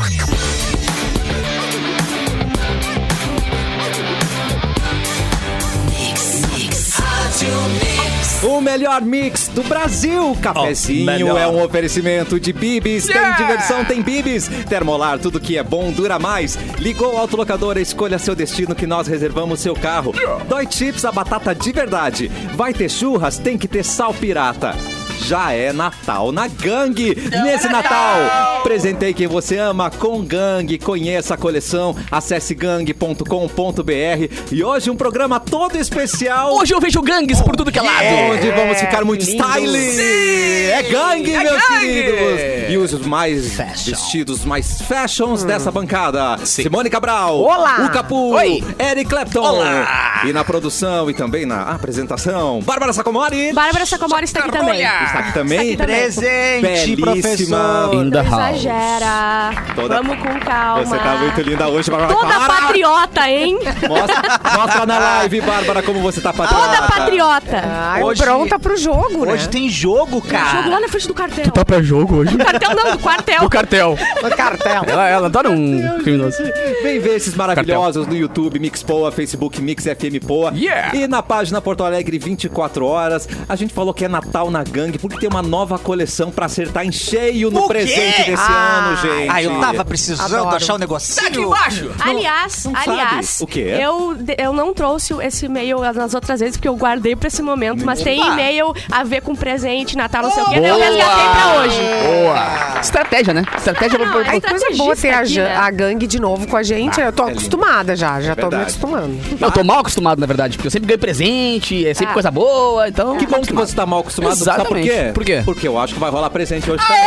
O melhor mix do Brasil. Cafezinho é um oferecimento de Bibis. Tem diversão, tem Bibis. Termolar, tudo que é bom dura mais. Ligou a autolocadora, escolha seu destino que nós reservamos seu carro. Dói Chips, a batata de verdade. Vai ter churras, tem que ter sal pirata. Já é Natal na Gangue. Nesse Natal, presentei quem você ama com Gangue. Conheça a coleção, acesse gangue.com.br. E hoje um programa todo especial. Hoje eu vejo gangues por tudo que é lado. Onde vamos ficar muito stylish. É Gangue, meus queridos. E os mais vestidos, mais fashions dessa bancada. Simone Cabral. Olá. O Capu. Oi. Eric Clapton. Olá. E na produção e também na apresentação, Bárbara Sacomori. Bárbara Sacomori está aqui também. Está aqui também. Presente, professor. In the house. Exagera. Vamos com calma. Você tá muito linda hoje, Bárbara. Toda patriota, hein? Mostra na live, Bárbara, como você tá patriota. Toda patriota. Hoje, Pronta pro jogo, né? hoje tem jogo, cara. Jogo lá na frente do cartel. Tu tá pra jogo hoje? Do cartel não, do quartel. Do cartel. No cartel. Ela adora um criminoso. Vem ver esses maravilhosos no YouTube, Mix Poa, Facebook Mix FM Poa. Yeah. E na página Porto Alegre 24 horas. A gente falou que é Natal na Gangue, porque tem uma nova coleção pra acertar em cheio no O quê? presente desse ano, gente. Ah, eu tava precisando Adoro. achar um negocinho. Tá aqui embaixo. Aliás, O quê? eu não trouxe esse e-mail nas outras vezes, porque eu guardei pra esse momento, mas tem e-mail a ver com presente, Natal, não sei o quê, eu resgatei pra hoje. Boa. Estratégia, né? Estratégia pra... Ai, coisa boa ter aqui, né? a gangue de novo com a gente. Eu tô é lindo. acostumada já tô me verdade. acostumando. Eu tô mal acostumado, na verdade, porque eu sempre ganho presente, é sempre coisa boa, então... Que bom que você tá mal acostumado. Sabe por Exatamente. quê? Por quê? Porque eu acho que vai rolar presente hoje também.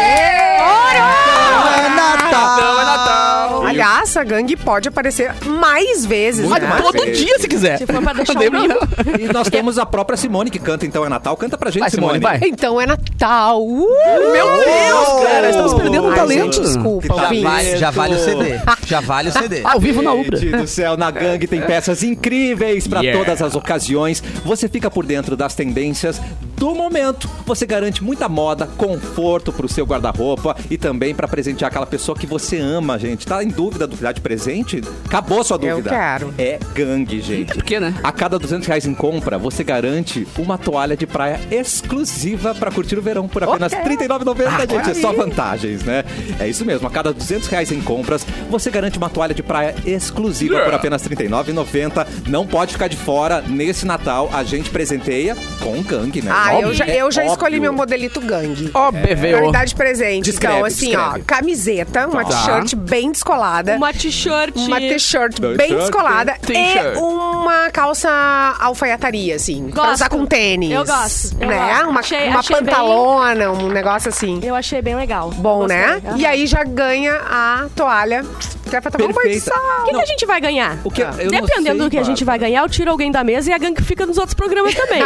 É Natal. Então é Natal. Aliás, a gangue pode aparecer mais vezes, Muito né? mais. Todo dia, se quiser. Se for pra deixar Não tem o mimo. problema. E nós temos a própria Simone que canta Então é Natal. Canta pra gente, Vai, Simone, vai. Então é Natal. Meu Deus, cara, estamos perdendo um Ai, talento. gente, desculpa. Tá ouvintes. Já vale o CD. Já vale o CD. Ao vivo na Ubra. Gente do céu, na Gangue tem peças incríveis pra Yeah. todas as ocasiões. Você fica por dentro das tendências do momento. Você garante muita moda, conforto pro seu guarda-roupa e também pra presentear aquela pessoa que você ama, gente. Tá em dúvida do que dar de presente? Acabou sua dúvida. Eu quero. É Gangue, gente. Por quê, né? A cada R$200 em compra, você garante uma toalha de praia exclusiva pra curtir o verão por apenas R$39,90, gente. É só vantagens, né? É isso mesmo. A cada R$200 em compras, você garante uma toalha de praia exclusiva por apenas R$39,90. Não pode ficar de fora. Nesse Natal, a gente presenteia com Gangue, né? Ah, Óbvio. eu já É escolhi óbvio. meu modelito gangue. Ó, BVO. Pra de presente. Descreve, Então, assim, descreve. ó, camiseta, uma Tá. t-shirt bem descolada. Uma t-shirt. Uma t-shirt T-shirt. bem descolada T-shirt. e uma calça alfaiataria, assim. Pra Gosto. usar com tênis. Eu gosto, eu Né? gosto. Uma Achei pantalona, um negócio assim. Eu achei bem legal. Bom, Eu né? gostei. E aí já ganha a toalha. Que é pra tomar um banho de Perfeita. sal. O que a gente vai ganhar? O que? Eu não Dependendo sei, do que a gente vai ganhar, eu tiro alguém da mesa e a gangue fica nos outros programas também.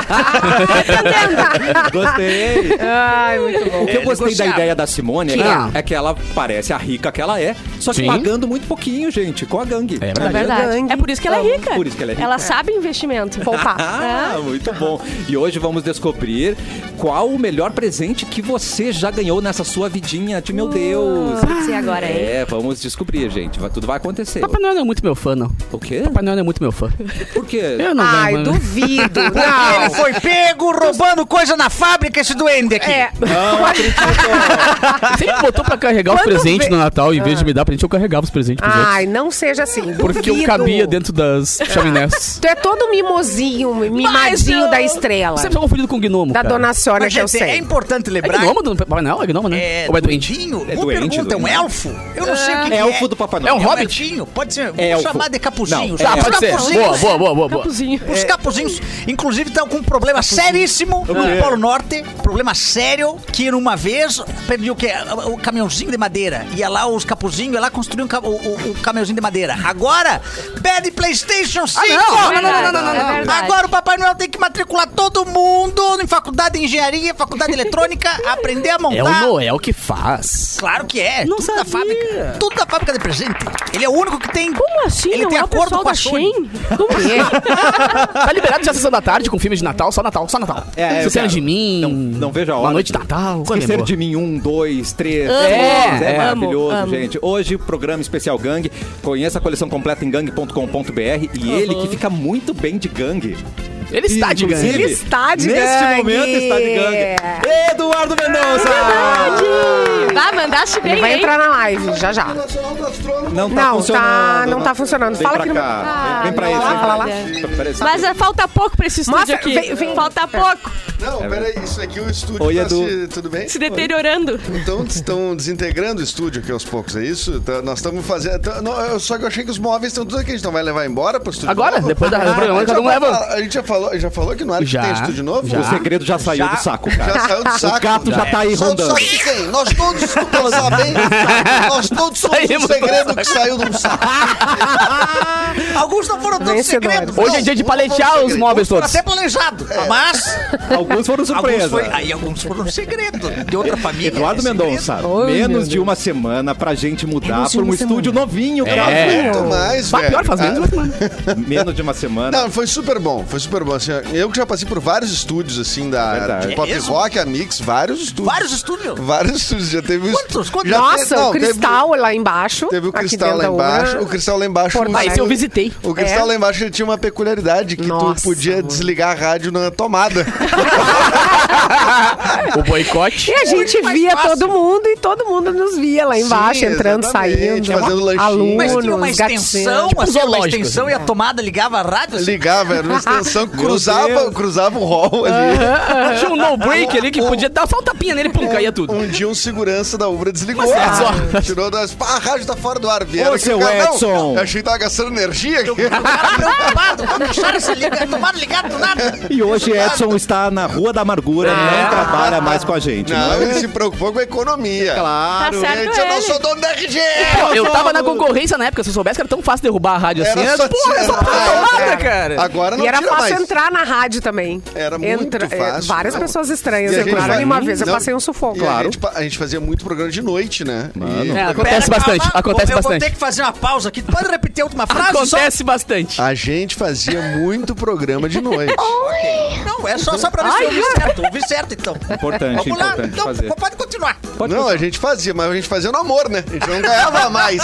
Dependendo. Gostei. Ai, muito bom. O que eu gostei da ideia da Simone Que é que ela parece a rica que ela é, só que Sim. pagando muito pouquinho, gente, com a Gangue. É É verdade. verdade. Gangue. É por isso que ela é rica. Por isso que ela é rica. Ela sabe investimento. Poupar. Ah, muito bom. E hoje vamos descobrir qual o melhor presente que você já ganhou nessa sua vidinha de meu Deus. Pode ser agora, hein? É, vamos descobrir, gente. Tudo vai acontecer. Papai Noel não é muito meu fã, não. O quê? Papai Noel não é muito meu fã. Por quê? Eu não Ai, ganho, mano. duvido. Ele Não. foi pego roubando coisa na fábrica, esse duende aqui. É. Não acredito. Sempre botou pra carregar os Quando presentes vê- no Natal, em vez de me dar presente, eu carregava os presentes pros outros. Ai, não seja assim. Porque eu duvido. cabia dentro das chaminés. Tu é todo mimosinho, mimadinho da estrela. Você é confundido com o gnomo, Da cara. dona Sônia, Mas, que eu gente, é sei. importante É lembrar... gnomo do Papai Noel? É gnomo, né? Ou é doente? doentinho? É Boa doente, pergunta, doente. um elfo? Eu não sei o que que Elfo do Papai É um Noel. hobbit? Elfinho? Pode ser, Elfo. vamos chamar de capuzinhos. Não, Ah, é. pode ser. Capuzinhos. Boa. Capuzinho. Os capuzinhos, inclusive, estão com um problema seríssimo no quê? Polo Norte. Problema sério, que numa vez perdi o quê? O caminhãozinho de madeira. Ia lá os capuzinhos, ia lá construir o caminhãozinho de madeira. Agora, pede PlayStation 5! não. Agora o Papai Noel tem que matricular todo mundo em faculdade de engenharia, faculdade de eletrônica, aprender a montar. É o Noel que faz. Claro que é. Não tudo da sabia. fábrica. Tudo da fábrica de presente. Ele é o único que tem. Como assim? Ele Não tem é o acordo pessoal com a da Sony. Shein? Como assim? Tá liberado já a sessão da tarde com filmes de Natal? Só Natal, só Natal. eu Esqueceram quero. de mim. Não vejo a hora. Uma noite de Natal. Esqueceram de mim 1, 2, 3. Amo. É Amo, maravilhoso, amo. gente. Hoje, programa especial Gang. Conheça a coleção completa em gang.com.br. E ele que fica muito bem de gangue. Ele está de gangue. Inclusive, Ele está de neste gangue. momento está de gangue. Eduardo Mendonça! Vai, mandaste bem, Ele vai hein? entrar na live, já já. Não tá Não, funcionando. não tá funcionando. Vem Fala pra que não- cá. Vem pra não, isso. Vem pra fala lá. lá. Peraí, Mas falta pouco pra esse estúdio Mostra, aqui. vem. Falta pouco. Não, peraí, isso aqui o estúdio Oi, tá Edu. tudo bem? Se deteriorando. Então estão desintegrando o estúdio aqui aos poucos, é isso? Nós estamos fazendo. Só que eu achei que os móveis estão tudo aqui, a gente não vai levar embora pro estúdio Agora? novo? Depois do programa, cada um leva. A gente já falou que não era que Já. tem estúdio novo? Já. O segredo já saiu do saco, cara. Já saiu do saco. O gato já tá aí Saiu do rondando. saco de quem? Nós todos, tu pensar bem, nós todos somos Saímos um segredo que saiu de um saco. Alguns não foram todos Vencedores. segredos. Hoje é não. dia de paletear os móveis Foram todos. até planejado. Mas Alguns foram surpresa. alguns foram segredo de outra família. Eduardo É segredo. Mendonça, Oi, meu menos Deus. de uma semana pra gente mudar Menos de pra um uma estúdio novinho, cara. Muito mais, Bah, velho. pior, faz menos. Menos de uma semana. Não, foi super bom. Assim, eu que já passei por vários estúdios, assim, Verdade. de pop É mesmo? rock, a Mix, vários estúdios. Vários estúdios. Vários estúdios. Já teve Quantos? já Nossa, não, o cristal lá embaixo. Teve o aqui cristal lá dentro da embaixo. urna. O cristal lá embaixo. Porto Ah, esse eu visitei. O cristal lá embaixo ele tinha uma peculiaridade que Nossa, tu podia mano. desligar a rádio na tomada. O boicote. E a gente mais via fácil. todo mundo e todo mundo nos via lá embaixo, Sim, entrando, exatamente, saindo. fazendo lanchinho. Alunos, Mas tinha uma extensão, gatinhos. Tipo assim, uma zoológico, extensão e a tomada ligava a rádio. assim. Ligava, era uma extensão que Meu cruzava o hall ali. Tinha um no-break ali que podia dar só um tapinha nele e pum, caía tudo. Um dia um segurança da Ubra desligou. Mas é só. Tirou das... Pá, a rádio tá fora do ar. Vieram Ô, aqui, seu cara, não, Edson. eu achei que tava gastando energia aqui. Preocupado, quando deixaram essa tomada ligada do nada. E hoje Edson está na Rua da Amargura, não trabalha mais com a gente. Não, ele se preocupou com a economia. Claro. Tá certo. Gente, eu não sou dono da RG. Eu tava na concorrência na época, se eu soubesse que era tão fácil derrubar a rádio assim. Era só Porra, tirar. essa tomada, cara. Agora não E era tira fácil mais. entrar na rádio também. Era muito fácil. Várias Não. pessoas estranhas E a gente entraram. vai- E uma vez eu Não. passei um sufoco. E Claro. a gente fazia muito programa de noite, né? É, acontece bastante, Calma, acontece eu vou bastante. ter que fazer uma pausa aqui. Pode repetir a última frase? Acontece bastante. A gente fazia muito programa de noite. Não, é só pra ver se eu ouvi certo. Ouvi certo, então. Importante, Vamos lá. importante Então, fazer. pode continuar. Não, a gente fazia, mas a gente fazia no amor, né? A gente não ganhava mais.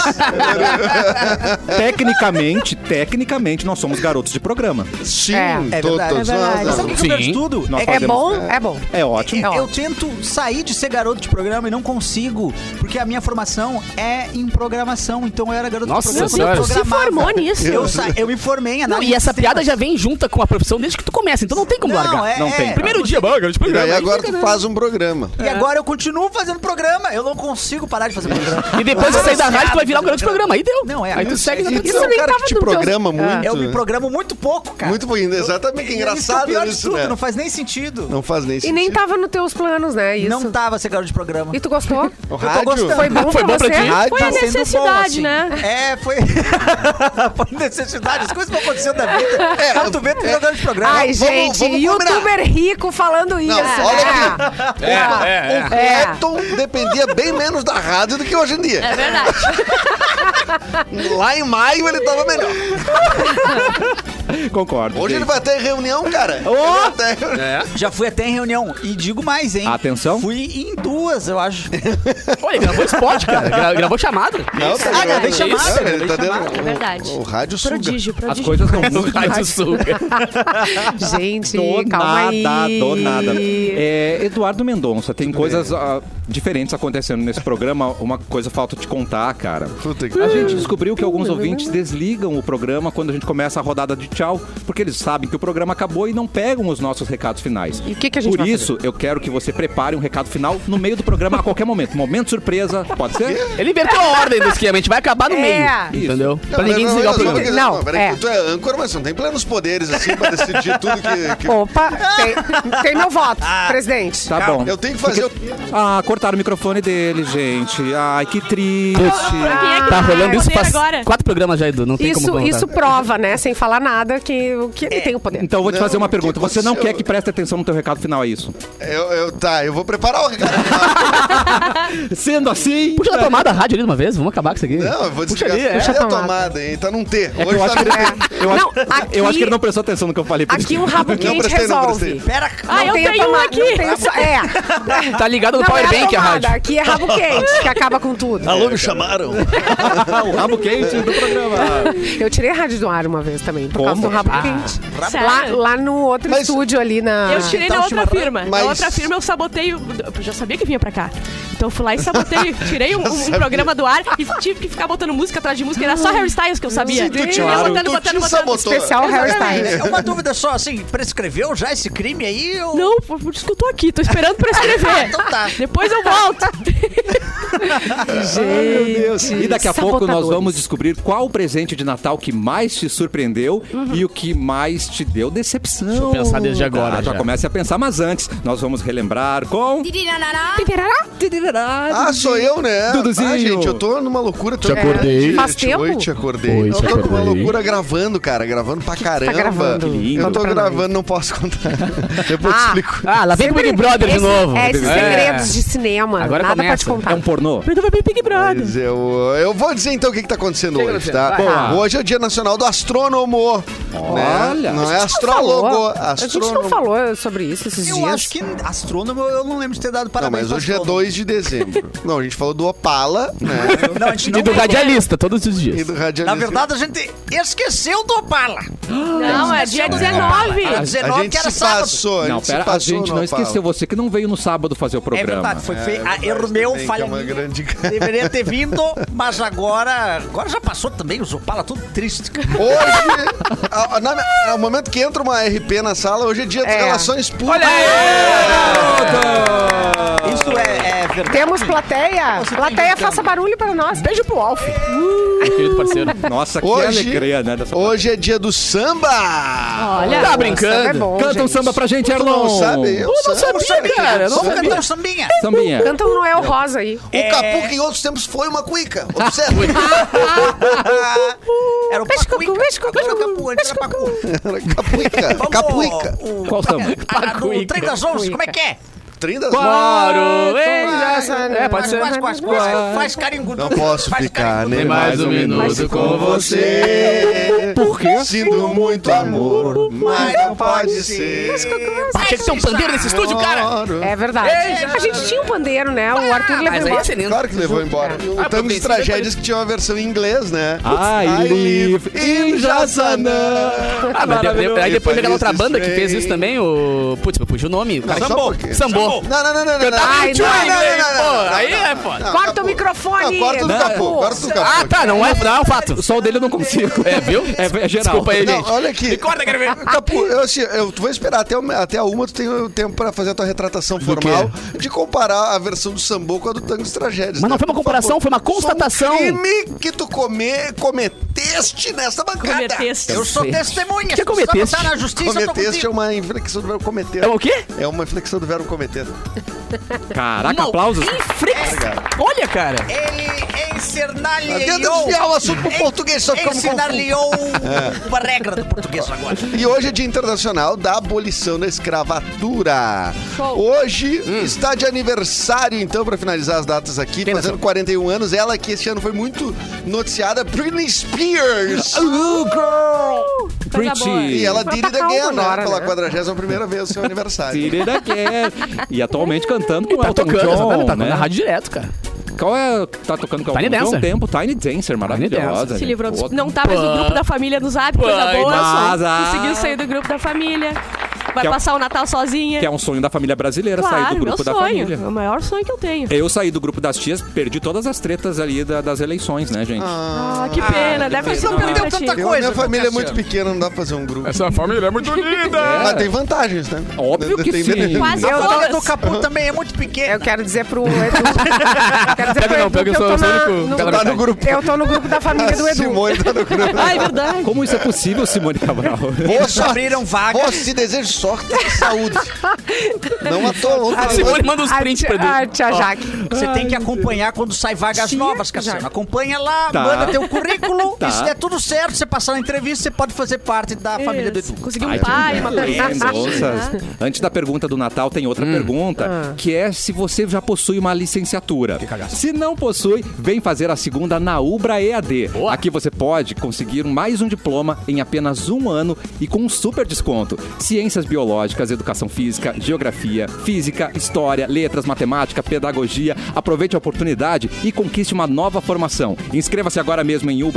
Tecnicamente, nós somos garotos de programa. Sim, É verdade. todos É verdade. nós. Sabe o que é o melhor de Sim. tudo? Nós É que É fazemos- bom? É bom. É ótimo. eu tento sair de ser garoto de programa e não consigo, porque a minha formação é em programação, então eu era garoto Nossa de programa. Senhora. eu Se programava. formou nisso. Eu me formei em Não, análise e essa de piada já sistemas. vem junta com a profissão desde que tu começa, então não tem como largar. Não tem. Primeiro dia, garoto de E programa. daí aí agora fica, tu né? faz um programa. E agora eu continuo fazendo programa. Eu não consigo parar de fazer programa. E depois de sair da rádio, tu vai virar um garoto de programa. Aí deu. Não, é. Aí tu segue na E tua tu Isso é um nem cara tava que te no teu- programa muito. Eu me né? programo muito pouco, cara. Muito pouquinho, exatamente, que E isso é o engraçado pior de isso, tudo, né? não faz nem sentido. Não faz nem E sentido. nem tava nos teus planos, né? Isso. Não tava ser garoto de programa. E tu gostou? O rádio? gostando. Foi bom Foi pra bom pra você? ti? Rádio Foi a Tá sendo necessidade, bom, assim. né? É, foi. Foi necessidade. As coisas que vão acontecendo na vida. Quando tu vê, tu virou garoto de programa. Ai, gente, vamos youtuber rico falando isso. Não, olha É. O Clapton dependia bem menos da rádio do que hoje em dia. É verdade. Lá em maio ele tava melhor. Concordo. Hoje ele vai até em reunião, cara. Ele vai até- Já fui até em reunião. E digo mais, hein? Atenção. Fui em duas, eu acho. Olha, ele gravou spot, cara. Gravou chamada. Não, tá Ah, gravei isso. chamada, Ele tá gravei dentro- É verdade. O rádio suga. Prodígio, As prodígio. coisas não No mudam. rádio suga. Gente, Do calma aí. nada. Eduardo Mendonça, tem coisas diferentes acontecendo nesse programa. Uma coisa falta te contar, cara. Puta que A gente descobriu que alguns ouvintes desligam o programa quando a gente começa a rodada de tchau, porque eles sabem que o programa acabou e não pegam os nossos recados finais. E o que a gente Por vai isso, eu quero que você prepare um recado final no meio do programa a qualquer momento. Momento surpresa, pode ser? Ele inverteu a ordem do esquema. A gente vai acabar no meio. Isso. Entendeu? Não, Pra ninguém não, desligar o não, programa. Não, peraí, é. Tu é âncora, mas não tem plenos poderes assim pra decidir tudo que... Opa, tem meu voto, presidente. Tá bom. Eu tenho que fazer... cortaram o microfone dele, gente. Ai, que triste. Quem é que Tá vai rolando isso responder faz agora? 4 programas já, Edu. Não tem como contar. Isso prova, né? Sem falar nada, que ele tem o poder. Então eu vou te fazer uma pergunta. o que Você não aconteceu? quer que preste atenção no teu recado final, é isso? Eu vou preparar o recado. Sendo assim... Puxa da tomada a rádio ali de uma vez. Vamos acabar com isso aqui. Não, eu vou desligar. ali, Puxa a a tomada, hein? Tá num T. Hoje Eu acho, tá que no ele, T. eu acho que ele não prestou atenção no que eu falei. por Aqui isso. um rabo quente prestei, não resolve. prestei. Pera, eu tem a tenho um tomada, aqui. não tem só- Tá ligado no Não é Powerbank a tomada, rádio. aqui é rabo quente, que acaba com tudo. Alô, me chamaram. O rabo quente do programa. Eu tirei a rádio do ar uma vez também, por causa Como? do rabo quente. Sério? Lá no outro Mas- estúdio ali na... Eu tirei Então, na outra chimarrão. firma. Mas- Na outra firma eu sabotei. Eu já sabia que vinha pra cá. Então eu fui lá e sabotei. Tirei um programa do ar e tive que ficar botando música atrás de música. Era só Harry Styles que eu sabia. Sim, tu Eu ia tiraram, botando, tu botando, te botando. sabotou. Especial hairstyle. É uma dúvida só, assim, prescreveu já esse crime aí? Ou... Não, por isso que eu tô aqui. Tô esperando pra escrever. Então tá. Depois eu volto. Meu Deus. E daqui a pouco nós sabotadores. vamos descobrir qual o presente de Natal que mais te surpreendeu e o que mais te deu decepção. Deixa eu pensar desde agora, Já já. comece a pensar, mas antes nós vamos relembrar com... Ah, sou eu, né? Duduzinho. Ah, gente, eu tô numa loucura. Te acordei. Faz tempo? Oi, te acordei. Oi, eu te tô numa acordei. loucura gravando, cara. Gravando pra caramba. gravando? Que lindo. Eu tô Pra gravando, nós. não posso contar. Depois eu te explico. Ah, lá vem com o Big Brother de novo. Esses segredos de cinema. Agora nada começa. pra te contar. É um pornô? Então vai vir Big Brother. Mas eu vou dizer então o que tá acontecendo Que que hoje, aconteceu? tá? Vai. Boa. Hoje é o Dia Nacional do Astrônomo. Olha. Né? Não é Falou. astrólogo, A gente não astrônomo. falou sobre isso esses Eu dias. acho que astrônomo eu não lembro de ter dado Não, parabéns. mas hoje é 2 de dezembro. Não, a gente falou do Opala, né? Não, a gente E não do radialista, todos os E dias. do radialista. Na verdade, a gente esqueceu do Opala. Não, é dia Esqueceu do 19. Opala. A 19 gente que era se sábado. passou, Não, se pera, a passou gente no não Opala. esqueceu. Você que não veio no sábado fazer o É programa. verdade, foi feio. verdade, Erro meu, também, falha que é uma minha. grande- Deveria ter vindo, mas agora já passou também. Os Opala tudo triste. Hoje, no momento que entra uma RP na sala, hoje é dia das relações públicas. Olha aí! Isso é verdade. Temos plateia. Plateia, faça barulho para nós. Beijo pro Alf. Meu querido parceiro. Nossa, que Hoje, alegria, né? Dessa... hoje é dia do samba. Olha. Tá É brincando? bom, Canta um gente. samba pra gente, Tu Erlon. não sabe? Eu não sabia, cara. Não Vamos sabia. cantar um sambinha. Sambinha. Canta um Noel Rosa aí. O Capu, que em outros tempos foi uma cuica. Observe. Era o Pacuica. Agora é o Capu, antes era Pacu. Capuica. Capuica. Qual samba? No Trem das 11, como é que é? 30 Claro! É, pode ser. Quase. Faz carinho. Não posso Faz ficar carinho. nem mais um minuto com você. Por quê? Sinto muito amor, mas não pode ser. Tinha que ter um pandeiro nesse estúdio, cara. É verdade. A gente tinha um pandeiro, né? O Arthur levou Mas aí é embora. excelente. Claro que levou embora. O Ah, Tango de porque Tragédias que tinha uma versão em inglês, né? I live in Jassanã. Ah, mas aí depois daquela outra banda que fez Isso isso também, o... Putz, eu fugi o nome. O cara Não, que- só um pouquinho. Sambô. Não. Ai, Tchau, não, inglês, não, pô, não, aí é foda. Corta o microfone. Corta do Capu, corta do Capu. Ah, tá, não é um fato. Só o dele eu não consigo. É, viu? É geral. Desculpa aí, Não, gente. olha aqui. Corta, quero ver. Capu, tu vou esperar até a uma, tu tem o tempo pra fazer a tua retratação formal de comparar a versão do Sambô com a do Tango de Tragédias. Mas não né? foi uma Por comparação, favor. foi uma constatação. Foi um crime que tu cometeste nessa bancada. Cometeste. Eu sou testemunha. Que cometeste? Tá na justiça, eu tô Cometeste é contigo. uma inflexão do verbo cometer. É o quê? É uma inflexão do verbo cometer. Caraca, aplausos. Olha, cara. Ele Tenta ensernalhou. desviar o assunto pro português, só ficamos confusos. Ensernalhou uma regra do português agora. E hoje é Dia Internacional da Abolição da Escravatura. Hoje está de aniversário, então, para finalizar as datas aqui, fazendo 41 anos. Ela que esse ano foi muito noticiada, Britney Spears. Coisa boa. E ela Vai did it pra again, calma né? agora, Pela né? 41ª vez o seu aniversário. Did it again. E atualmente cantando com o Tá Elton tocando, John, exatamente, tá né? na rádio direto, cara. Qual é? Tá tocando com o Tiny Elton John há um Dancer. tempo. Tiny Dancer, maravilhosa. Dancer. Se livrou. Pô, Não tá mais no grupo da família no Zap, coisa Pai, boa. mas, Conseguiu sair do grupo da família. Vai Que é- passar o Natal sozinha. Que é um sonho da família brasileira, sair Claro, do grupo meu da sonho. família. É o maior sonho que eu tenho. Eu saí do grupo das tias, perdi todas as tretas ali das eleições, né, gente? Ah, que pena. Deve ter sido não ruim perdeu pra ti. tanta Eu, coisa. minha família é Cassiano. muito pequena, não dá pra fazer um grupo. Essa família é muito unida. Mas tem vantagens, né? Óbvio que Tem sim. benefícios. Quase A folga todas. do Capu também é muito pequena. Eu quero dizer pro Edu. Quero dizer Pega pro não, Edu pega que só eu tô o na- único no- pela Tá no metade. grupo. Eu tô no grupo da família do A Edu. Simone tá no grupo. Ah, é verdade. Como isso é possível, Simone Cabral? Eles abriram vaga. Você deseja sorte e saúde. Não à toa. A Simone manda uns prints pra A Edu. tia Jaque. Você tem que acompanhar quando sai vagas novas, Cassiano. Acompanha lá, Tá. manda teu currículo. Tá. E se der tudo certo, você passar na entrevista, você pode fazer parte da família do Edu. Conseguir um Ai, pai, que uma lindo. coisa. Nossa. Antes da pergunta do Natal, tem outra pergunta, que é se você já possui uma licenciatura. Se não possui, vem fazer a segunda na Ubra EAD. Boa. Aqui você pode conseguir mais um diploma em apenas 1 ano e com um super desconto. Ciências biológicas, educação física, geografia, física, história, letras, matemática, pedagogia. Aproveite a oportunidade e conquiste uma nova formação. Inscreva-se agora mesmo em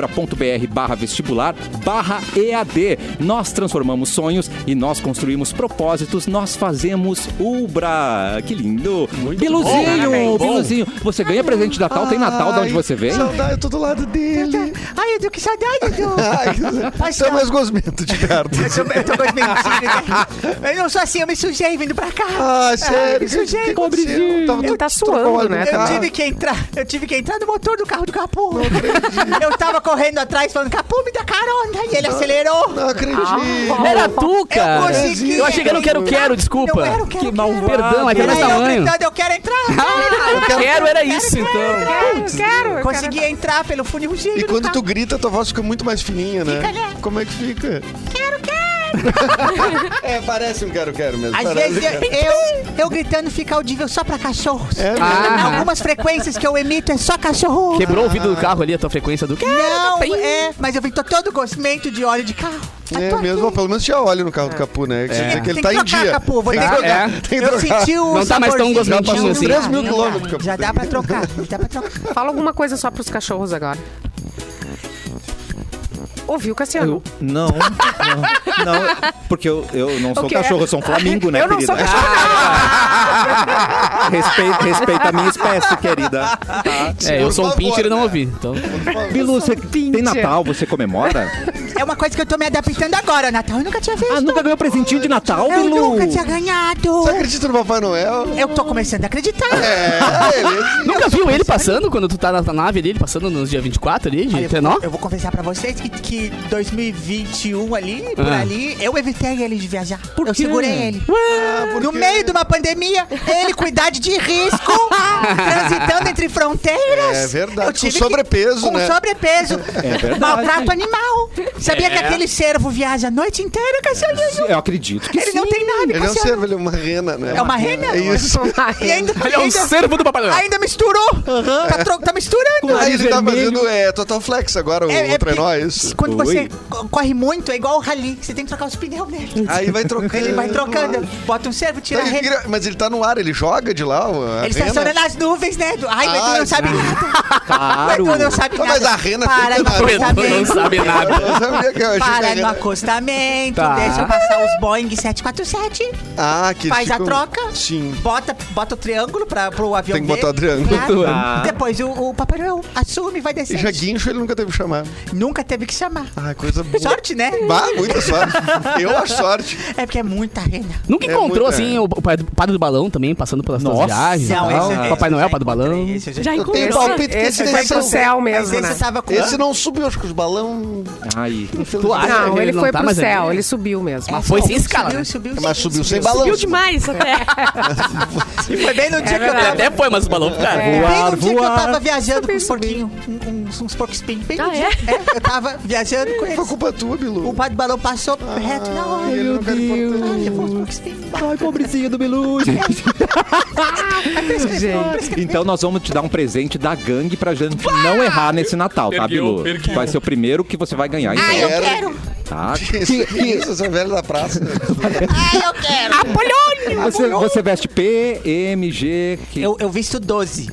ubra.br/vestibular/EAD. Nós transformamos sonhos e nós construímos propósitos. Nós fazemos Ubra. Que lindo. Biluzinho, Biluzinho. Você ganha presente de Natal? Tem Natal de onde você vem? Saudade, eu tô do lado dele. Ai, Edu, que saudade, Edu. Você é mais gosmento de perto. Eu tô gostando de Eu não sou assim, eu me sujei vindo pra cá. Ah, sério? me sujei. Pobrezinho. Ele tá suando, né? Eu tive que entrar no motor do carro do Capu. Eu tava correndo atrás falando, Capu, me dá carona. E ele acelerou. Não acredito. Era tu, cara. consegui. Eu achei que era o quero, desculpa. Eu era o quero, Que malvado. quero. Perdão, é que é mais Aí eu tamanho. gritando, eu quero entrar. Quero era isso, então. Quero. Consegui entrar pelo funilzinho E do quando carro. tu grita, tua voz fica muito mais fininha, né? Fica, né? Como é que fica? Quero. É, parece um quero mesmo. Às parece vezes eu gritando fica audível só pra cachorros. É, Algumas frequências que eu emito é só cachorro. Quebrou o ouvido do carro ali, a tua frequência do... Não, mas eu vi todo gosmento de óleo de carro. É mesmo, pelo menos tinha óleo no carro do Capu, né? Quer dizer que ele Tem tá que em trocar, dia. Capu, vou Tem ter que que trocar. É. Tem que Eu trocar. senti o Não tá mais tão saborzinho. Já passou gosmentinho assim. 3 mil quilômetros, Capu. Já dá pra trocar, Fala alguma coisa só pros cachorros agora. Ouviu, Cassiano? Não, porque eu não sou O quê? cachorro, eu sou um flamingo, né, Eu não querida? sou cachorro. Respeita a minha espécie, querida. Eu sou um Por pincher favor, e não né? ouvi, então... Bilu, você tem Natal, você comemora? É uma coisa que eu tô me adaptando agora, Natal. Eu nunca tinha visto. Ah, nunca ganhou presentinho de Natal, Eu Bilu? nunca tinha ganhado. Você acredita no Papai Noel? Eu tô começando a acreditar. Ele... Nunca viu ele passando, quando tu tá na nave ali, ele passando nos dia 24 ali, de trenó? Eu vou confessar pra vocês que 2021 ali, por ali, eu evitei ele de viajar. Eu segurei ele. No meio de uma pandemia, ele com idade de risco, transitando entre fronteiras. É verdade, Eu tive com sobrepeso, com né? sobrepeso. verdade. Maltrato animal. Sabia que aquele cervo viaja a noite inteira, Cassiano? Eu acredito que Ele sim. não tem nave, Ele é um Cassiano. cervo, ele é uma rena, né? É uma rena? É isso. E ainda, Ele é um cervo do Papai Noel. ainda misturou. Tá misturando. Aí ele tá vermelho. fazendo Total Flex agora, o trenó, é isso? Quando Oi. você corre muito, é igual o rally. Você tem que trocar os pneus nele. Aí vai trocando. Ele vai trocando. Bota um cervo, tira a rena. Mas ele tá no ar, ele joga de lá a Ele rena. estaciona nas nuvens, né? Ai, mas tu não sabe nada. Claro. Mas tu não sabe Mas nada. a rena Para fica no na Tu não acostamento. sabe nada. Eu sabia que eu achei que a Para no rena... acostamento. Tá. Deixa eu passar os Boeing 747. Que Faz a ficam- troca. Sim. Bota o triângulo pro avião Tem que botar ver, o triângulo. né? Ah. Depois o Papai Noel assume e vai E descer. já guincho ele nunca teve que chamar. Nunca teve que chamar. Coisa boa. Sorte, né? Muita sorte. Eu acho sorte. É porque é muita rena. Nunca É encontrou, muito, assim, o padre do balão também, passando pelas tuas Nossa. viagens e Não, tal? esse- Papai esse Noel, eu padre do já balão. encontrei, esse eu já Já Eu tenho encontrou. palpite que Esse foi pro céu mesmo, Mas né? esse tava com... Esse não subiu, acho que os balões... Ai. Tu acha Não, que ele foi tá pro mais céu, ali? ele subiu mesmo. Mas foi sem escala, né? Mas subiu sem balão. Subiu demais até. E foi bem no dia que eu Ele tava... até foi, mas o balão, cara. Bem no dia que eu voar. tava viajando Subi, com os porquinhos. Uns porcos espinhos. Bem no Ah, dia. Eu tava viajando com Foi eles. culpa tua, Bilu. O padre balão passou reto na hora. Ele não quer Ah, levou os porcos espinhos. Ai, pobrecinho do Bilu. Gente. Então nós vamos te dar um presente da gangue pra gente não errar nesse Natal, tá, Ergueu, Bilu? ergueu. Vai ser o primeiro que você vai ganhar. Então, Eu quero. tá? Isso, seu velho da praça. Eu quero. Você veste P, M, G... Eu visto 12. 12.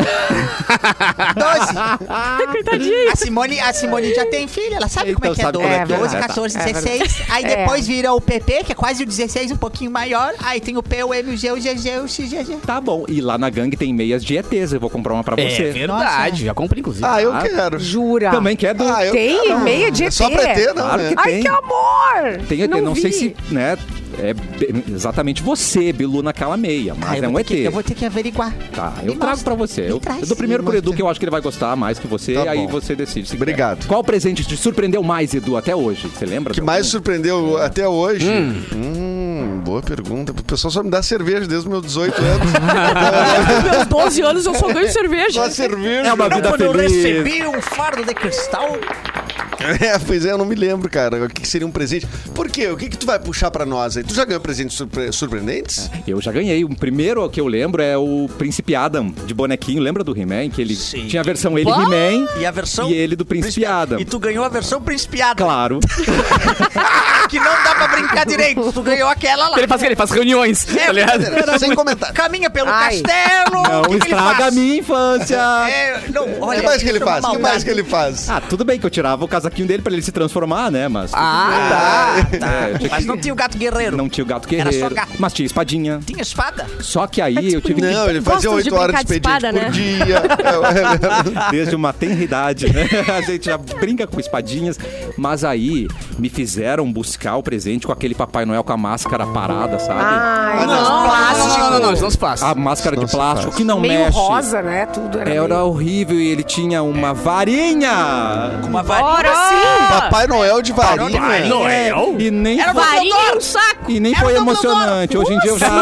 Coitadinho. A Simone já tem filha, ela sabe como é Então que é sabe 12. como é que é. 12, É, tá. 14, É 16. Aí depois vira o PP, que é quase o 16, um pouquinho maior. Aí tem o P, o M, o G, o GG, o XGG. Tá bom. E lá na gangue tem meias de ETs. Eu vou comprar uma pra É você. verdade, já comprei, inclusive. Eu quero. Jura? Também quer do... Eu Tem quero. meia de É ET? só pra ET, não, Claro né? que Ai, tem. que amor! Tem ET, não sei vi. se, né, exatamente você, Bilu, naquela meia, mas é um ET. Eu vou ter que averiguar. Tá, eu trago pra você. Eu dou primeiro pro Edu, que eu acho que ele vai gostar mais que você, Tá aí bom. você decide. se Obrigado. quer. Qual presente te surpreendeu mais, Edu, até hoje? Você lembra? O que mais surpreendeu até hoje? Boa pergunta. O pessoal só me dá cerveja desde os meus 18 anos. Meus 12 anos eu só ganho cerveja. Só cerveja. É uma vida Quando eu feliz. recebi um fardo de cristal... Pois é, eu não me lembro, cara. O que seria um presente? Por quê? O que tu vai puxar pra nós aí? Tu já ganhou presentes surpreendentes? Eu já ganhei. O primeiro que eu lembro é o Príncipe Adam, de bonequinho. Lembra do He-Man? Que ele Sim. tinha a versão ele He-Man E a versão... e ele do Príncipe Adam. E tu ganhou a versão principiada. Claro. Que não dá pra brincar direito. Tu ganhou aquela lá. Ele faz reuniões, tá ligado? Sem comentário. Caminha pelo Ai. castelo. Não o que ele estraga faz? a minha infância. Não, O olha, que mais que ele isso é uma faz? O que mais maldade. que ele faz? Ah, tudo bem que eu tirava o casaquinho dele pra ele se transformar, né? Mas Tá. eu tinha Mas que- não tinha o gato guerreiro. não tinha o gato Era só guerreiro, gato. mas tinha espadinha. Tinha espada. Só que aí eu tive que... Não, ele fazia Gostam de 8 horas de brincar de expediente espada, por né? dia. Desde uma tenridade, né? A gente já brinca com espadinhas. Mas aí me fizeram buscar o presente com aquele Papai Noel com a máscara parada, sabe? Ai, Não, isso não se faz. A máscara de Não se plástico faz. que não meio mexe. rosa, né? Tudo era Era meio... horrível e ele tinha uma varinha. Uma varinha. Ora sim! Papai Noel de varinha. Papai Noel? E nem Era foi, Varinha e um saco! e nem Era foi o Dumbledore. emocionante. Hoje em dia eu já...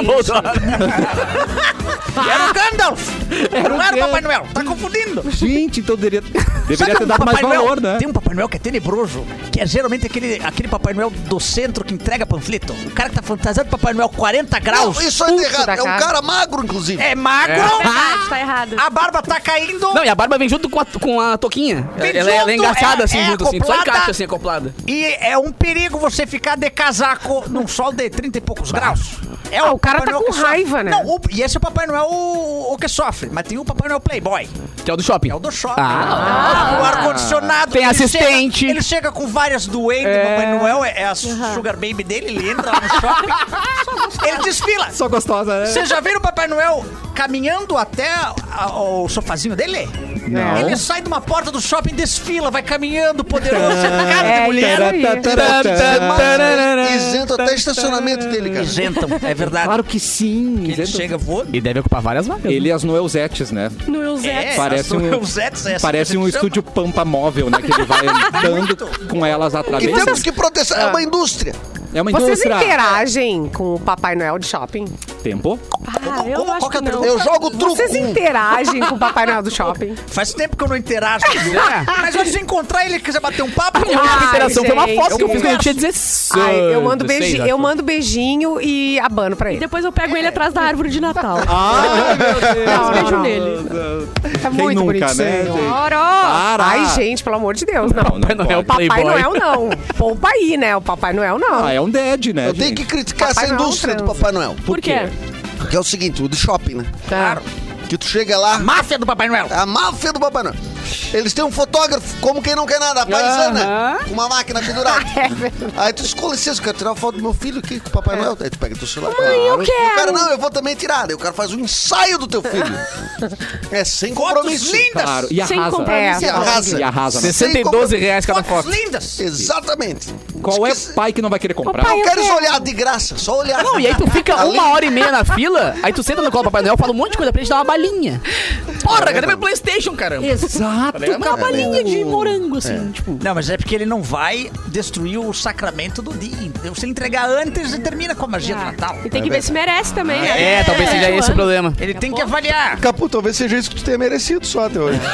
Era o Gandalf. Não era o Papai Noel. Tá confundindo. Gente, então deveria Sabe ter um dado mais Papai Noel? valor, né? Tem um Papai Noel que é tenebroso, que é geralmente aquele Papai Noel do centro que entrega panfleto. O cara que tá fantasiado de Papai Noel 40 graus. Não, isso é Pulso errado. da É um cara. cara magro, inclusive. É magro. Verdade, tá errado. A barba tá caindo. Não, e a barba vem junto com a toquinha. Vem Ela é junto, engaçada assim, é junto assim. Só acoplada. encaixa assim, acoplada. E é um perigo você ficar de casaco num sol de 30 e poucos graus. É o cara Papai tá Noel com que sofre. raiva, né? Não, e esse é o Papai Noel o que sofre. Mas tem o Papai Noel Playboy. Que é o do shopping. É o do shopping. Ah. O ar-condicionado. Tem Ele assistente. Ele chega com várias doentes. Papai Noel é a sugar baby dele. Ele entra lá no shopping. Ele desfila. Só gostosa, né? Vocês já viram o Papai Noel caminhando até o sofazinho dele? Não. Ele sai de uma porta do shopping, desfila, vai caminhando, poderoso, cara de mulher. Isento até estacionamento dele, cara. Isentam, é verdade. Claro que sim. Ele chega voando. E deve ocupar várias vagas. Ele e as Noelzetes, né? No Eusete. Parece um- Parece um estúdio Pampa móvel, né? Que ele vai andando com elas atrás E dele. temos que proteger. É uma indústria. É uma Vocês indústria. interagem com o Papai Noel de shopping? Tempo? Ah, eu Qual acho que é que o teu- não. Eu jogo truco. Vocês interagem com o Papai Noel do shopping? Faz tempo que eu não interajo com ele. Mas hoje se encontrar ele e quiser bater um papo, A minha única Ai, interação foi uma gente, foto que eu fiz quando eu tinha converso. 16. Ai, eu mando 16, beijinho, acho. eu mando beijinho e abano pra E ele. depois eu pego ele atrás da árvore de Natal. Não, beijo não, nele. É muito nunca, bonitinho. né, gente? Ora! Para. Ai, gente, pelo amor de Deus, não. Não, não Noel pode. Papai Playboy. Noel não. Poupa aí, né? O Papai Noel não. Ah, é um dead, né, Eu tenho gente? que criticar Papai essa Noel indústria do transa. Papai Noel. Por quê? Que é o seguinte, o do shopping, né? Claro. Que tu chega lá, Máfia do Papai Noel. a máfia do Papai Noel. Eles têm um fotógrafo, como quem não quer nada, a paisana, com uma máquina pendurada. Aí tu diz, com licença, eu quero tirar uma foto do meu filho aqui com o Papai Noel. Aí tu pega teu celular. eu O quero. cara, não, eu vou também tirar. Aí o cara faz um ensaio do teu filho. É sem Fotos compromisso. lindas. Claro. E Sem arrasa. compromisso. E arrasa. E arrasa. né? 112 reais cada Fotos foto. lindas. Exatamente. Qual é o pai que não vai querer comprar? Pai, Não eu queres quero. olhar de graça, só olhar. Não, e aí tu fica Além- 1h30 na fila, aí tu senta no colo do Papai Noel, fala um monte de coisa pra ele te dar uma balinha. Porra, cadê meu Playstation, caramba? Exato, Uma balinha de morango, assim, tipo... Não, mas é porque ele não vai destruir o sacramento do dia. Então, se ele entregar antes, ele termina com a magia do Natal. E tem que ver se merece também, né? É, talvez seja esse o problema. Ele tem que avaliar. Capu, talvez seja isso que tu tenha merecido só até hoje.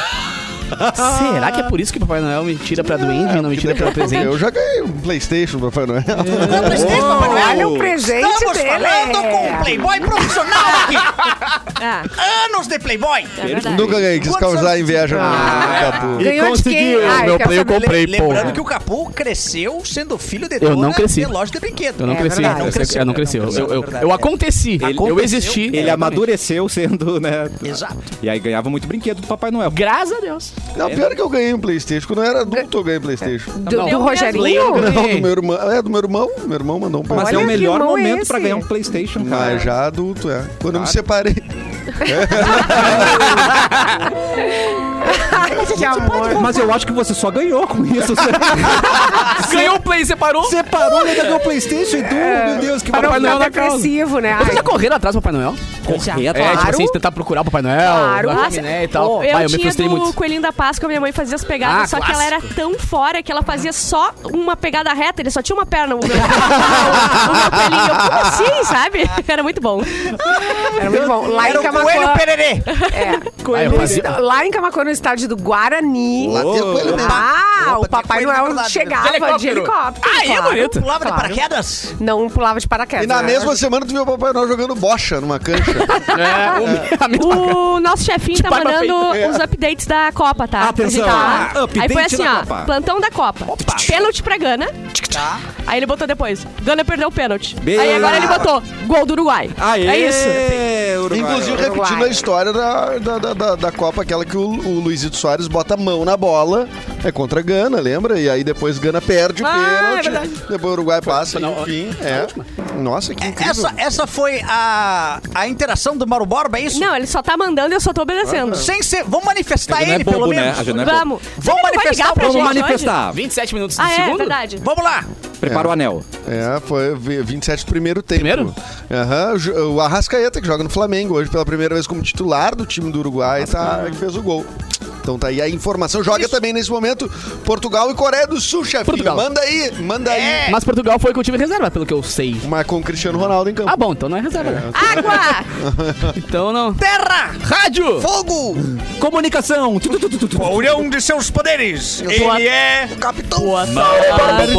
Será que é por isso que o Papai Noel me tira pra duende e não me tira pra presente? Eu já ganhei um PlayStation do Papai Noel. Não, Playstation, Papai Noel. Olha o presente Estamos dele. falando com um playboy profissional aqui. Ah, Anos de playboy. é verdade. Nunca ganhei, quis Quantos causar anos? inveja no Capu. Ganhou de quem? Ai, meu quero play eu saber. comprei, Lembrando porra. que o Capu cresceu sendo filho de Eu dona não cresci. de loja de brinquedo. Eu não É cresci, verdade. eu não cresci. Eu aconteci, eu existi. Ele amadureceu sendo, né? Exato. E aí ganhava muito brinquedo do Papai Noel. Graças a Deus. Não, pior é que eu ganhei um PlayStation. Quando eu era adulto, eu ganhei PlayStation. Do Não. Rogerinho? Não, do meu irmão. É, do meu irmão. Meu irmão mandou um Mas PlayStation. é o Olha que melhor irmão é momento esse? pra ganhar um PlayStation, cara. Mas já adulto, é. Quando eu me separei. Que amor. Mas eu acho que você só ganhou com isso. Você Ganhou o Play, separou. separou, ainda ganhou o PlayStation e tu, meu Deus, que Para não Papai Noel ficar na casa. depressivo, né? Vocês Ai, já correram atrás do Papai Noel? correr É, atrás. tipo assim, tentar procurar o Papai Noel, Claro. vai Nossa, né, e tal. Eu Vai, eu me tinha frustrei do muito. Coelhinho da Páscoa, minha mãe fazia as pegadas, só que ela era tão fora que ela fazia só uma pegada reta, ele só tinha uma perna. O meu coelhinho, eu, como assim, sabe? Era muito bom. era muito bom. Lá Era em o coelho Camaquã. pererê. Aí eu fazia... Lá em Camaquã, no estádio do Guarani. Lá tem coelho mesmo. Ah, Opa, o Papai tem coelho Noel verdade, chegava de Helicóptero. helicóptero. Aí é claro. bonito. Pulava de Claro. paraquedas. Não pulava de paraquedas. E na né? mesma semana tu viu o Papai Noel jogando bocha numa cancha. a mesma O nosso chefinho De tá barba mandando feita. os updates da Copa, tá? Atenção, A gente tá lá. update Aí foi assim, da ó, Copa. plantão da Copa. Pênalti pra Gana. Tá. Aí ele botou depois, Gana perdeu o pênalti. Bem. Aí agora ele botou, gol do Uruguai. Aê, É isso. Uruguai. Inclusive, repetindo a história da Copa, aquela que o Luizito Soares bota a mão na bola, é contra a Gana, lembra? E aí depois Gana perde o é pênalti, verdade. depois o Uruguai passa, na- enfim. É. Nossa, que incrível. Essa foi a interação do Mauro Borba, é isso? Não, ele só tá mandando e eu só tô obedecendo. Sem ser... Vamos manifestar A gente não é ele, bobo, pelo né? menos. A gente não é bobo. Vamos. Vamos Será que ele vai manifestar ligar pra Vamos gente manifestar. 27 minutos do Hoje? Ah, é segundo? verdade. Vamos lá. Prepara o anel. É, foi 27 do primeiro tempo. Primeiro? Aham, o Arrascaeta, que joga no Flamengo hoje pela primeira vez como titular do time do Uruguai, que fez o gol. Então tá aí a informação. Joga também nesse momento Portugal e Coreia do Sul, chefinho. Portugal. Manda aí. Mas Portugal foi com o time reserva, pelo que eu sei. Mas com o Cristiano Ronaldo em campo. Ah, bom, então não é reserva. né? Água! Então não. Terra! Rádio! Fogo! Comunicação. A união de seus poderes. sou Ele é o capitão. Boa tarde.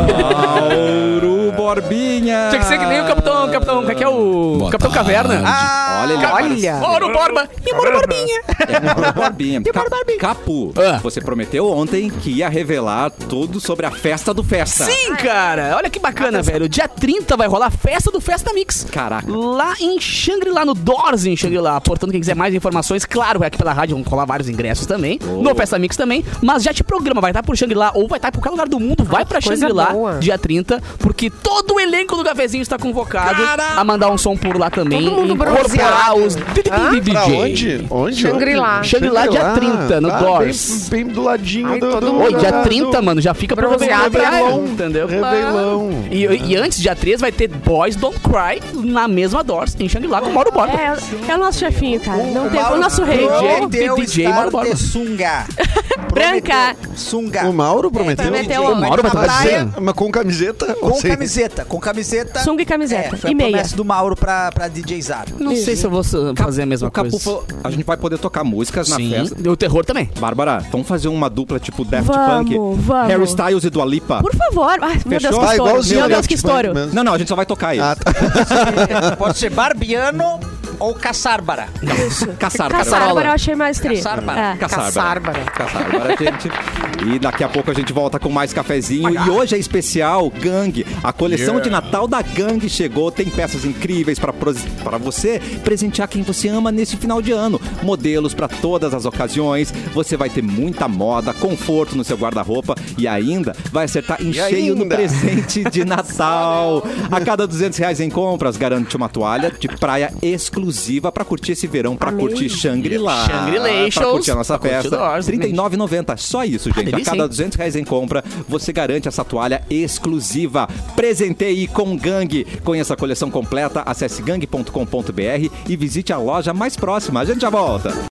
Mauro Borbinha. Tinha que ser que nem o Capitão, que é o Capitão Caverna. Olha ele Olha. Mauro Borba e Mauro Borbinha. É Mauro Borbinha. Capu, Ah. você prometeu ontem que ia revelar tudo sobre a festa do Festa. Sim, cara. Olha que bacana, velho. Dia 30 vai rolar a festa do Festa Mix. Caraca. Lá em Shangri-La, no Doors em Shangri-La. Portanto, quem quiser mais informações, claro, aqui pela rádio vão rolar vários ingressos também. No Festa Mix também. Mas já te programa, vai estar por Shangri-La ou vai estar por qualquer lugar do mundo. Vai pra coisa Shangri-La boa. dia 30, porque todo o elenco do cafezinho está convocado Caraca. a mandar um som por lá também. Todo mundo incorporar bronzeado. os DJ. Pra onde? Onde? Shangri-La. Shangri-La dia 30, no Doors. Bem do ladinho Ai, do... todo do- mundo- Oi, dia do- 30, mano, já fica pro Bronzeado é Réveillon, bom. entendeu? Réveillon. E antes, dia 3, vai ter Boys Don't Cry na mesma Doors, em Shangri-La, com o Mauro Borba. É o nosso chefinho, cara. Não tem o nosso rei. DJ DJ Mauro Borba. de sunga. Branca. Sunga. O Mauro prometeu? prometeu. O Mauro vai na trazer. praia Mas com camiseta? ou com sem? camiseta. Com camiseta. Sunga e camiseta. Foi E a meia. promessa do Mauro pra DJ Zara. Não sei se eu vou fazer a mesma O Capu coisa. falou, a gente vai poder tocar músicas na Sim, festa. e o terror também. Bárbara, vamos fazer uma dupla tipo Daft Vamos, Punk? vamos. Harry Styles e Dua Lipa? Por favor. Ai, meu Fechou? Deus, que Ah, estouro. igualzinho Meu Deus, Daft que Punk estouro. mesmo. Não, a gente só vai tocar isso. Ah, tá. Pode ser Barbiano ou Caçárbara. Caçárbara. Caçárbara eu achei mais tri. Caçárbara. É. Caçárbara. Caçárbara, gente. E daqui a pouco a gente volta com mais cafezinho. E hoje é especial Gang. A coleção de Natal da Gang chegou. Tem peças incríveis para você presentear quem você ama nesse final de ano. Modelos para todas as ocasiões. Você vai ter muita moda, conforto no seu guarda-roupa e ainda vai acertar em cheio no ainda? presente de Natal. A cada R$200 em compras, garante uma toalha de praia exclusiva para curtir esse verão, para curtir Shangri-La. Shangri-La, Pra curtir a nossa pra curtir festa. Doors, R$ 39,90. Só isso, gente. A delícia, cada hein? R$200 em compra, você garante essa toalha exclusiva. Presenteie com Gang. Conheça a coleção completa, acesse gang.com.br e visite a loja mais próxima. A gente já volta.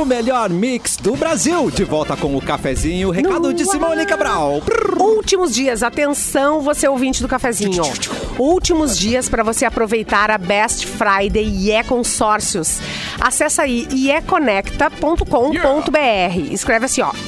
melhor mix do Brasil. De volta com o cafezinho. Recado de Simone Cabral. Últimos dias, atenção, você ouvinte do cafezinho. Últimos dias para você aproveitar a Best Friday IE Consórcios. Acesse aí ieconecta.com.br. Escreve assim, ó,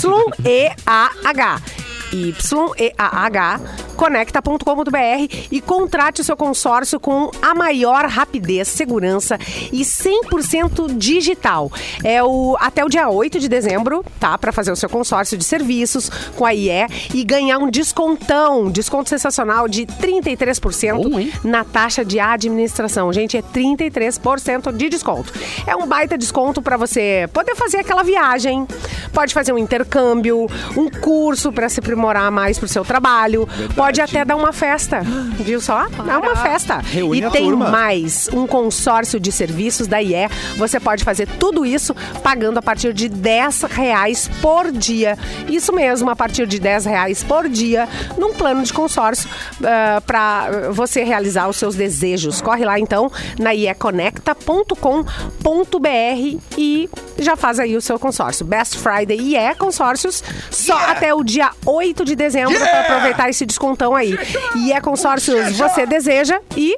YEAH, conecta.com.br e contrate o seu consórcio com a maior rapidez, segurança e 100% digital. Até o dia 8 de dezembro, tá? Para fazer o seu consórcio de serviços com a IE e ganhar um desconto sensacional de 33% na taxa de administração. Gente, é 33% de desconto. É um baita desconto para você poder fazer aquela viagem, pode fazer um intercâmbio, um curso para se aprimorar mais pro seu trabalho. Verdade. Pode até dar uma festa, viu só? Dá uma festa. Reúne e tem mais um consórcio de serviços da IE. Você pode fazer tudo isso pagando a partir de R$10 por dia. Isso mesmo, a partir de R$10 por dia, num plano de consórcio para você realizar os seus desejos. Corre lá então na ieconecta.com.br e já faz aí o seu consórcio. Best Friday IE Consórcios, só até o dia 8 de dezembro para aproveitar esse descontão aí. IE Consórcios, você deseja e...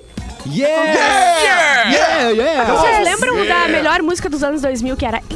Vocês lembram da melhor música dos anos 2000, que era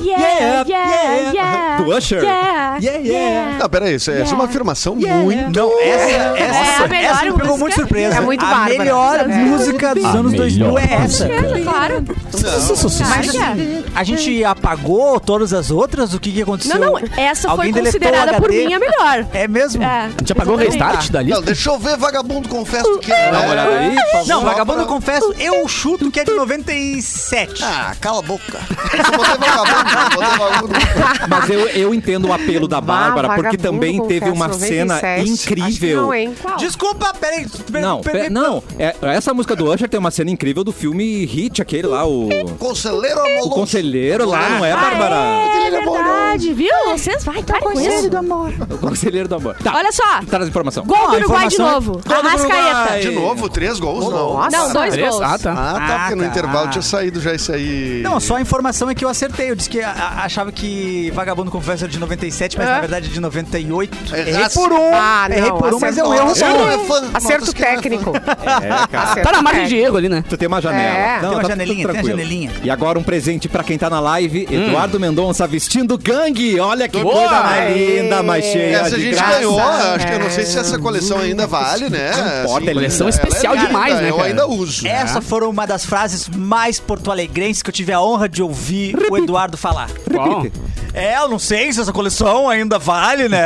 do Usher? Não, peraí, essa é uma afirmação muito... Não, essa me pegou muito surpresa. É muito a bárbara. Melhor música dos anos 2000 é essa. Claro. Mas a gente apagou todas as outras? O que aconteceu? Não, essa Alguém foi considerada por mim a melhor. É mesmo? A gente apagou o restart da lista? Não, deixa eu ver Vagabundo Confesso que Dá uma olhada aí, por favor. Não, Vagabundo Confesso, eu chuto que é de 97. Ah, cala a boca. Eu botei Vagabundo. Mas eu entendo o apelo da Bárbara, porque Vagabundo, também teve confesso, uma 97. cena Acho que incrível. não, hein? Qual? Desculpa, peraí. Não, essa música do Usher tem uma cena incrível do filme Hit, aquele lá, o Conselheiro lá, não é, Bárbara? É verdade, viu? Vocês vai, para com isso. O Conselheiro do Amor. Tá, Olha só. traz a informação. Gol do Uruguai de novo. Arrascaeta. De novo, 3 gols, não. Não, 2 gols. Ah, tá. Porque no intervalo tinha saído já isso aí. Não, só a informação é que eu acertei. Eu disse que achava que Vagabundo Confesso era de 97, mas na verdade é de 98. Errei por um. Errei por um, mas é um erro bom. Acerto técnico. Cara. Tá na margem de erro ali, né? Tu tem uma janela. Tem uma tá janelinha, tudo tem a tranquilo. janelinha. E agora um presente pra quem tá na live. Eduardo Mendonça vestindo gangue. Olha que coisa mais linda, mais cheia Essa a de gente graça. ganhou. Acho que eu não sei se essa coleção ainda vale, né? importa, Assim, coleção ela especial linda, demais, né, Eu cara? ainda uso. Essa foram uma das frases mais porto-alegrenses que eu tive a honra de ouvir o Eduardo falar. Repite. Eu não sei se essa coleção ainda vale, né?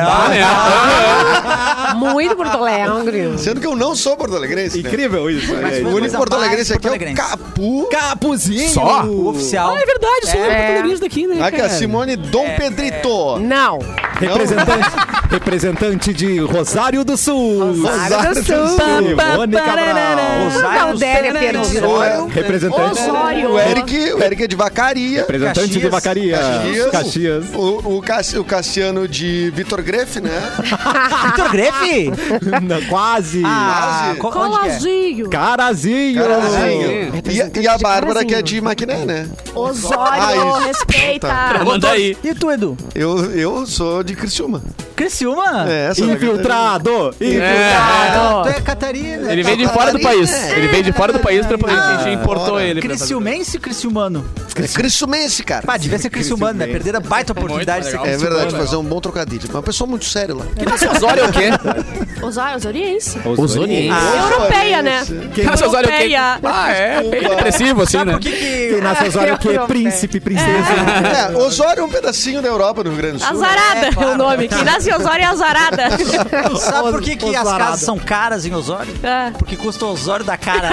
Muito Porto Alegre. Sendo que eu não sou porto-alegrense, né? Incrível isso. O único porto-alegrense aqui é o porto-alegrense. Capu. Capuzinho. Só? O oficial. Ah, é verdade, sou português daqui, né, Aqui, a cara? Simone Dom Pedrito. Não. Representante de Rosário do Sul. Rosário do Sul. Simone Cabral. Valdéria perdida. Representante. O Eric é de Vacaria. Representante de Caxias. Vacaria. Caxias. O Cassiano de Vitor Greff, né? Vitor Greff? Não, quase. Quase. Onde que é? Colazinho. Carazinho. E a Bárbara, que é de Maquiné, né? Osório, isso. respeita. Manda aí. E tu, Edu? Eu sou de Criciúma. Criciúma? Essa Infiltrado. Tu é Catarina. Ele veio de fora do país. Ele veio de fora do país pra a gente importou ele. pra fazer. Criciumense e criciumano? É criciumense, cara. Pá, devia ser criciumano, né? Perderam a baita oportunidade de ser legal. É criciumano. verdade, fazer um bom trocadilho. Uma pessoa muito séria lá. Osório é o quê? Osoriense. Osoriense. Europeia, né? Nasce Osório é o quê? Europeia. Ah, é bem depressivo, assim, Sabe né? por que Quem nasce Osório é o quê? Príncipe, princesa. Osório é um pedacinho da Europa, no Rio Grande do Sul. Azarada é o nome. Quem nasce em Osório é azarada. Sabe por que as Osarada. casas são caras em Osório? Ah. Porque custa o Osório da cara.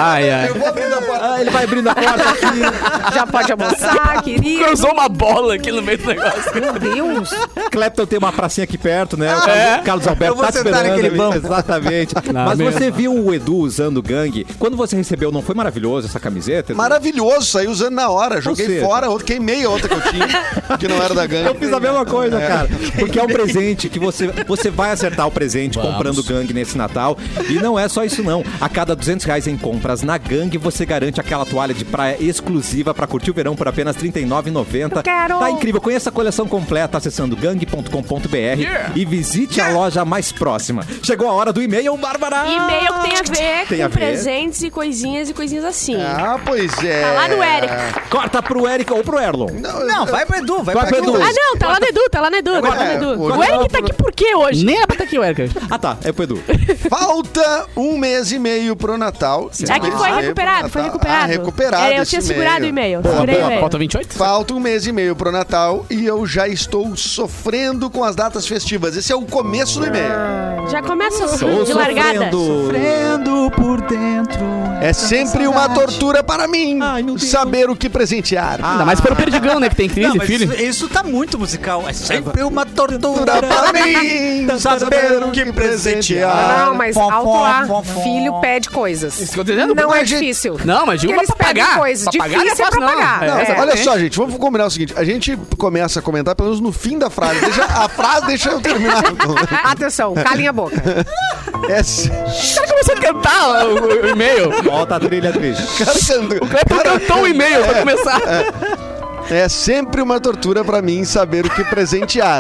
Ai. Eu vou abrindo a porta. Ele vai abrindo a porta aqui. Já pode almoçar, querido. Cruzou uma bola aqui no meio do negócio. Meu Deus. Clepton tem uma pracinha aqui perto, né? O Carlos Alberto Eu vou tá te sentar esperando naquele ali. banco. Exatamente. Mas mesmo. você viu o Edu usando gangue. Quando você recebeu, não foi maravilhoso essa camiseta? Edu? Maravilhoso, saí usando na hora. Joguei seja- fora, queimei a outra que eu tinha, que não era da gangue. Eu fiz a mesma coisa, cara. Porque é um presente que você vai acertar o presente comprando gangue nesse Natal. E não é só isso, não. A cada R$200 em compras na gangue, você garante aquela toalha de praia exclusiva pra curtir o verão por apenas R$ 39,90. Eu quero! Tá incrível. Conheça a coleção completa acessando gangue.com.br e visite a loja mais próxima. Chegou a hora do e-mail, Bárbara! E-mail que tem a ver Tem com a ver. presentes e coisinhas assim. Ah, pois é. Tá lá no Eric. Corta pro Eric ou pro Erlon. Não, vai pro Edu. Vai Vai pro pro Edu. Edu. Ah, não, tá lá no Edu, tá lá no Edu. o O Eric tá aqui por quê hoje? Nem era pra estar aqui, Erika. Ah, tá. É pro Edu. Falta 1 mês e meio pro Natal. É que foi recuperado, foi recuperado. Ah, recuperado Eu esse tinha segurado o e-mail. Segurei o e-mail. Falta 28? Falta 1 mês e meio pro Natal e eu já estou sofrendo com as datas festivas. Esse é o começo do e-mail. Já começa Estou de largada. Sofrendo por dentro. É sempre uma tortura para mim Ai, meu Deus. saber o que presentear. Ainda mais pelo Perdigão, né? Que tem crise, Não, mas filho. isso tá muito musical. É sempre uma tortura Para mim saber o que presentear. Não, mas Fom, alto fom, lá, fom, fom. filho pede coisas. Isso que eu tô dizendo. Não é Mas, gente, difícil. Não, mas digo Eles pra pedem pagar. coisas. Pra pagar não é Difícil é fácil, pra não. pagar. É, Não, exatamente. Olha só, gente, vamos combinar o seguinte. A gente começa a comentar pelo menos no fim da frase. A frase deixa eu terminar. Atenção, calem a boca. É Cara, começou a cantar o e-mail. Volta a trilha triste. O Clepton cantou o e-mail pra começar. É sempre uma tortura pra mim saber o que presentear.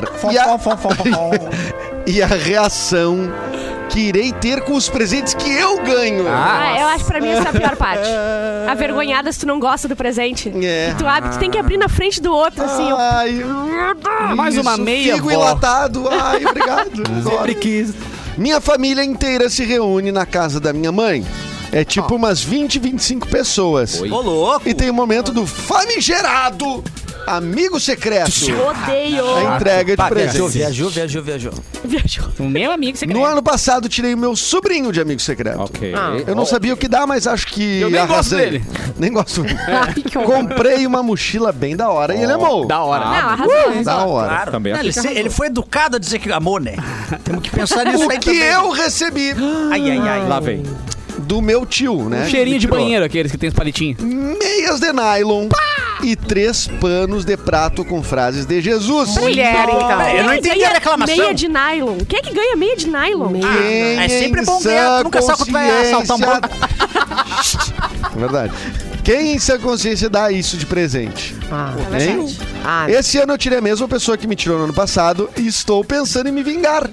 E a reação que irei ter com os presentes que eu ganho. Ah, eu acho pra mim essa é a pior parte. A vergonhada se tu não gosta do presente. É. Tu abre, tu tem que abrir na frente do outro, assim. ó. Ai, Mais uma meia, Figo vó. enlatado. Ai, obrigado. Sempre quis. Minha família inteira se reúne na casa da minha mãe. É tipo umas 20, 25 pessoas. Oi. Ô, louco. E tem o momento do famigerado amigo secreto. Odeio. A entrega de presentes. Viajou. Viajou. O meu amigo secreto. No ano passado, tirei o meu sobrinho de amigo secreto. Ok. Eu não sabia o que dá, mas acho que Eu nem gosto arrasei. dele. Nem gosto. Ai, que horror. Comprei uma mochila bem da hora e ele amou. Da hora. Não, arrasou. Da hora. Claro. Também Não, acho ele foi educado a dizer que amou, né? Temos que pensar nisso aí O que também. eu recebi Ai. Lá vem. do meu tio, né? Um cheirinho Me de tirou banheiro, aqueles que tem os palitinhos. Meias de nylon e 3 panos de prato com frases de Jesus. Mulher, então. Eu não Quem entendi ganha a reclamação. Meia de nylon. Quem é que ganha meia de nylon? Quem É sempre em bom ganhar. Tu nunca sabe quando tu vai assaltar um banco. É verdade. Quem em sua consciência dá isso de presente? É Hein? verdade. Ah, Esse ano eu tirei a mesma pessoa que me tirou no ano passado e estou pensando em me vingar.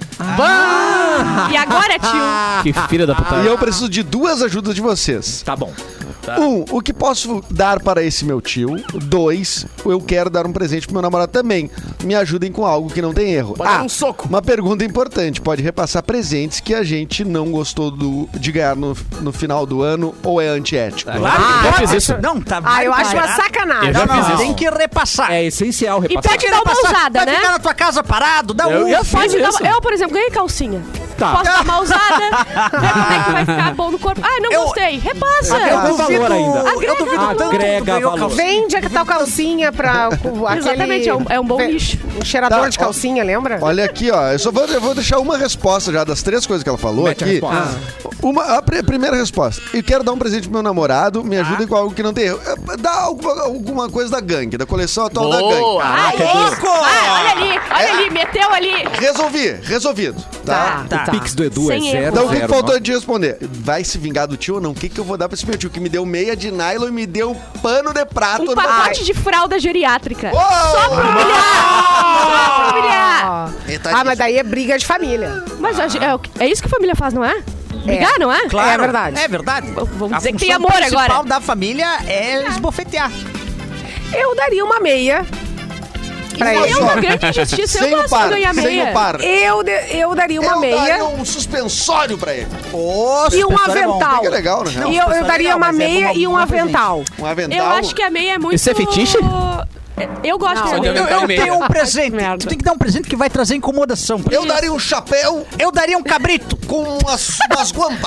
E agora, tio? Que filha da puta. E eu preciso de 2 ajudas de vocês. Tá bom. 1, o que posso dar para esse meu tio? 2, eu quero dar um presente pro meu namorado também. Me ajudem com algo que não tem erro. Pode dar um soco. Uma pergunta importante. Pode repassar presentes que a gente não gostou de ganhar no final do ano ou é antiético? Claro que já pode. fiz isso. Não, tá eu acho uma liberado. sacanagem. Eu já fiz isso. Tem que repassar. É essencial E repassar. pode dar uma ousada, Vai né? ficar na tua casa parado, dá Eu um. já fiz Pode dar isso. uma... Eu, por exemplo, ganhei calcinha. Tá. Posso dar uma ousada, ver como é que vai ficar bom no corpo. Ah, não gostei. Repassa. Eu valor ainda. Eu duvido tanto que tu Agrega ganhou valor. calcinha. Vende a tal calcinha pra... Exatamente, é um bom nicho. Um cheirador Tá, de ó. calcinha, lembra? Olha aqui, ó. Eu vou deixar uma resposta já das 3 coisas que ela falou Mete a aqui. resposta. A primeira resposta. Eu quero dar um presente pro meu namorado, me ajudem com algo que não tem erro. Dá alguma coisa da gangue, da coleção atual da gangue. Boa. Ai, louco! olha ali, meteu ali. Resolvido. Tá? Tá. O Pix do Edu é Sem 0. erro. Então o que que faltou de responder? Vai se vingar do tio ou não? O que eu vou dar pra esse meu tio? Que me deu meia de nylon e me deu pano de prato. Um pacote de fralda geriátrica. Uou! Só pra humilhar. Só pra humilhar. Mas daí é briga de família. Mas é isso que a família faz, não é? Brigar, não é? Claro. É verdade. É verdade. Vamos A dizer que função tem amor principal agora. da família é esbofetear. Eu daria uma meia pra É ele. uma grande injustiça. Eu Sem o gosto de par, ganhar sem meia. o par. Eu daria uma meia daria um suspensório pra ele. e um avental. Que legal, né? E eu daria uma meia e um avental. Um avental. Eu acho que a meia é muito... Isso é fetiche? Eu gosto Não, de meia. Eu tenho um presente. merda. Tu tem que dar um presente que vai trazer incomodação. Eu daria um chapéu Eu daria um cabrito. com umas guampas.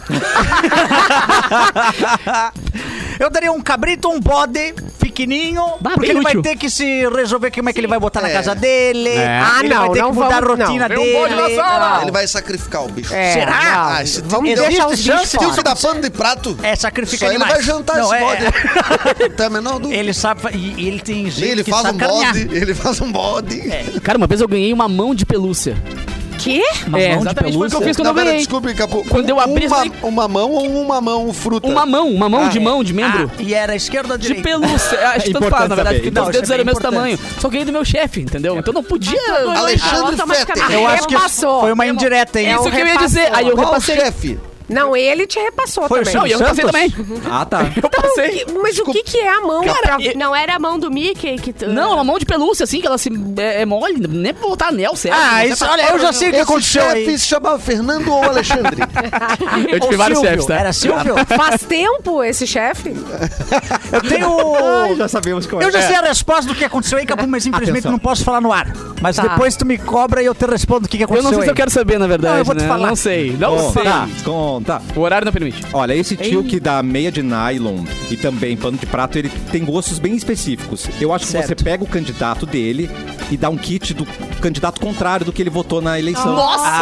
Eu daria um cabrito ou um bode pequenininho, porque ele vai ter que se resolver como é que ele vai botar na casa dele. Ele vai ter que mudar a rotina dele. Ele vai sacrificar o bicho. Será? Vamos deixar os bichos Se o que dá pano de prato, sacrifica só ele animais. vai jantar esse bode. Tem a menor dúvida. Ele sabe, e ele tem jeito Ele que faz sabe um caminhar. bode, ele faz um bode. Cara, uma vez eu ganhei uma mão de pelúcia. Quê? Exatamente foi o que eu fiz quando eu ganhei. Desculpe, Capu. Quando eu abri, uma mão ou uma mão fruta? Uma mão de membro. E era esquerda ou De direita? pelúcia. Acho que tanto faz, na verdade, porque Não, os dedos isso é eram o mesmo importante. tamanho. Só ganhei do meu chefe, entendeu? Então não podia. Alexandre Fetter. Eu acho que Repassou. foi uma indireta, hein? Isso que eu ia dizer. Aí eu Qual repassei. chefe? Não, ele te repassou Foi o também. Não, e eu repassei também. Ah, tá. Eu passei. Mas o que é a mão? Não era a mão do Mickey que tu... Não, uma mão de pelúcia, assim, que ela é mole. Nem pra botar anel, sério. Isso, olha, eu já sei o que Esse aconteceu aí. chefe se chamava Fernando ou Alexandre? Eu tive vários chefes, tá? Era Silvio? Faz tempo esse chefe? Eu tenho... Ai, já sabemos qual é. Eu já sei a resposta do que aconteceu aí, Capu, mas infelizmente Atenção. não posso falar no ar. Mas depois tu me cobra e eu te respondo o que Eu aconteceu não sei se eu aí. quero saber, na verdade. Não, eu vou te né? falar. Não sei. Não sei. Conta. O horário não permite. Olha, esse tio que dá meia de nylon e também pano de prato, ele tem gostos bem específicos. Eu acho que Certo. você pega o candidato dele e dá um kit do candidato contrário do que ele votou na eleição.